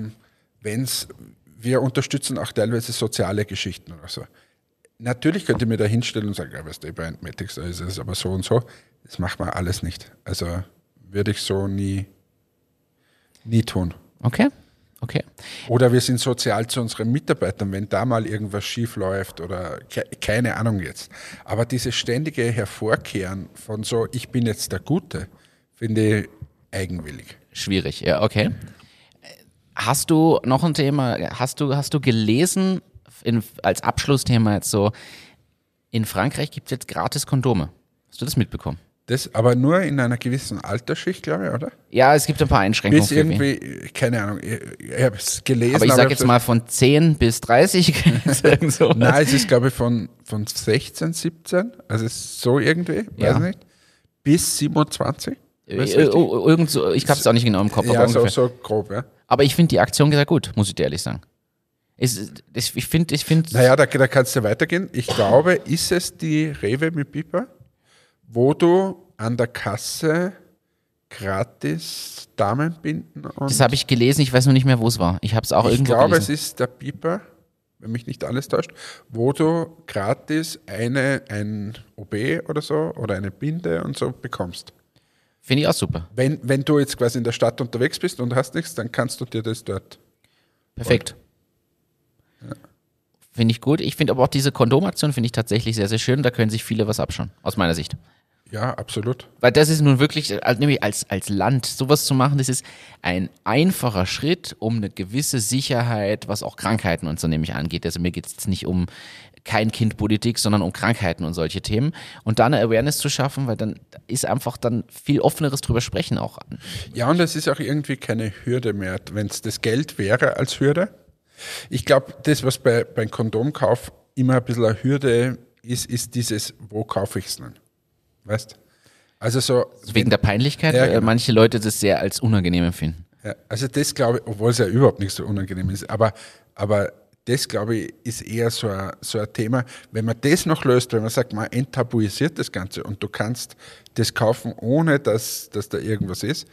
wir unterstützen auch teilweise soziale Geschichten oder so. Natürlich könnt ihr mir da hinstellen und sagen, ja, weißt du, bei Entmetics, da ist es aber so und so. Das macht man alles nicht. Also würde ich so nie tun. Okay. Oder wir sind sozial zu unseren Mitarbeitern, wenn da mal irgendwas schief läuft oder keine Ahnung jetzt. Aber dieses ständige Hervorkehren von so, ich bin jetzt der Gute, finde ich eigenwillig. Schwierig, ja, okay. Hast du noch ein Thema, hast du gelesen, als Abschlussthema jetzt so, in Frankreich gibt es jetzt gratis Kondome. Hast du das mitbekommen? Das aber nur in einer gewissen Altersschicht, glaube ich, oder? Ja, es gibt ein paar Einschränkungen. Bis irgendwie, keine Ahnung, ich habe es gelesen. Aber ich sage jetzt mal von 10 bis 30. Nein, es ist, glaube ich, von 16, 17, also es ist so irgendwie, weiß nicht, bis 27. Irgend so, ich habe es auch nicht genau im Kopf. Ja, aber so grob, ja. Aber ich finde die Aktion sehr gut, muss ich dir ehrlich sagen. Ich finde. Naja, da kannst du weitergehen. Ich glaube, ist es die Rewe mit Piper, wo du an der Kasse gratis Damenbinden und... Das habe ich gelesen, ich weiß nur nicht mehr, wo es war. Ich habe es auch irgendwo gelesen. Ich glaube, es ist der Piper, wenn mich nicht alles täuscht, wo du gratis ein OB oder so oder eine Binde und so bekommst. Finde ich auch super. Wenn du jetzt quasi in der Stadt unterwegs bist und hast nichts, dann kannst du dir das dort... Perfekt. Ja. Finde ich gut. Ich finde aber auch diese Kondomaktion finde ich tatsächlich sehr, sehr schön. Da können sich viele was abschauen, aus meiner Sicht. Ja, absolut. Weil das ist nun wirklich, nämlich als Land sowas zu machen, das ist ein einfacher Schritt, um eine gewisse Sicherheit, was auch Krankheiten und so nämlich angeht. Also mir geht es jetzt nicht um Kein-Kind-Politik, sondern um Krankheiten und solche Themen. Und da eine Awareness zu schaffen, weil dann ist einfach dann viel offeneres drüber sprechen auch. Ja, und es ist auch irgendwie keine Hürde mehr, wenn es das Geld wäre als Hürde. Ich glaube, das, was beim Kondomkauf immer ein bisschen eine Hürde ist dieses, wo kaufe ich es denn? Weißt? Also so. Wegen der Peinlichkeit, ja, genau. Manche Leute das sehr als unangenehm empfinden. Ja, also das glaube ich, obwohl es ja überhaupt nicht so unangenehm ist, aber das glaube ich ist eher so ein Thema, wenn man das noch löst, wenn man sagt, man enttabuisiert das Ganze und du kannst das kaufen, ohne dass da irgendwas ist,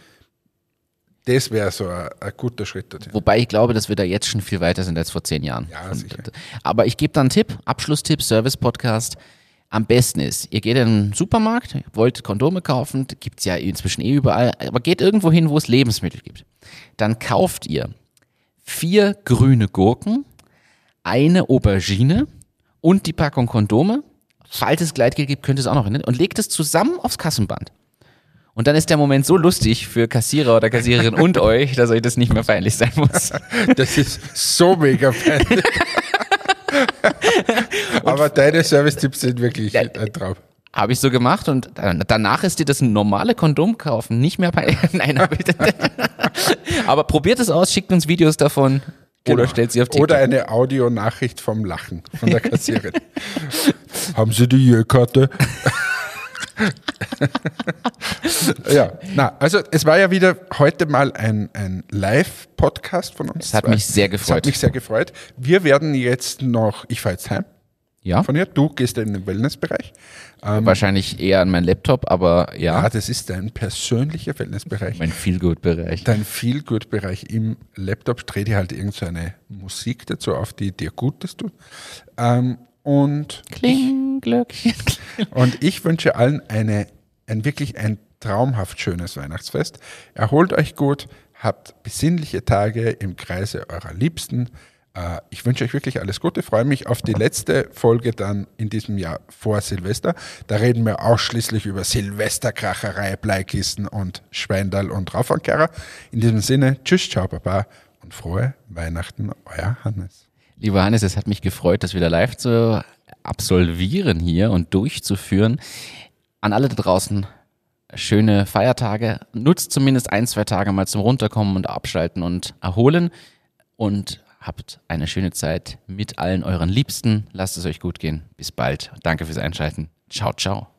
das wäre so ein guter Schritt dorthin. Wobei ich glaube, dass wir da jetzt schon viel weiter sind als vor 10 Jahren. Ja, sicher. Aber ich gebe da einen Tipp, Abschlusstipp, Service-Podcast. Am besten ist, ihr geht in den Supermarkt, wollt Kondome kaufen, gibt es ja inzwischen überall, aber geht irgendwo hin, wo es Lebensmittel gibt. Dann kauft ihr 4 grüne Gurken, eine Aubergine und die Packung Kondome. Falls es Gleitgel gibt, könnt ihr es auch noch hin und legt es zusammen aufs Kassenband. Und dann ist der Moment so lustig für Kassierer oder Kassiererin und euch, dass euch das nicht mehr peinlich sein muss. Das ist so mega peinlich. Aber deine Service-Tipps sind wirklich ein Traum. Habe ich so gemacht und danach ist dir das normale Kondom kaufen nicht mehr peinlich. Nein, aber probiert es aus, schickt uns Videos davon oder stellt sie auf TikTok. Oder eine Audionachricht vom Lachen von der Kassiererin. Haben Sie die Jökarte? Ja, also es war ja wieder heute mal ein Live-Podcast von uns. Es hat mich sehr gefreut. Es hat mich sehr gefreut. Wir werden jetzt noch, ich fahre jetzt heim von hier, du gehst in den Wellnessbereich. Wahrscheinlich eher an meinen Laptop, aber ja. Ja, das ist dein persönlicher Wellnessbereich. Mein Feel-Good-Bereich. Dein Feel-Good-Bereich im Laptop, dreh dir halt irgend so eine Musik dazu auf, die dir Gutes tut. Und Kling, Glöckchen. Und ich wünsche allen wirklich ein traumhaft schönes Weihnachtsfest. Erholt euch gut, habt besinnliche Tage im Kreise eurer Liebsten. Ich wünsche euch wirklich alles Gute. Freue mich auf die letzte Folge dann in diesem Jahr vor Silvester. Da reden wir ausschließlich über Silvesterkracherei, Bleikisten und Schweindal und Raufankehrer. In diesem Sinne, tschüss, ciao, baba und frohe Weihnachten, euer Hannes. Lieber Hannes, es hat mich gefreut, das wieder live zu absolvieren hier und durchzuführen. An alle da draußen, schöne Feiertage. Nutzt zumindest 1-2 Tage mal zum Runterkommen und Abschalten und Erholen. Und habt eine schöne Zeit mit allen euren Liebsten. Lasst es euch gut gehen. Bis bald. Danke fürs Einschalten. Ciao, ciao.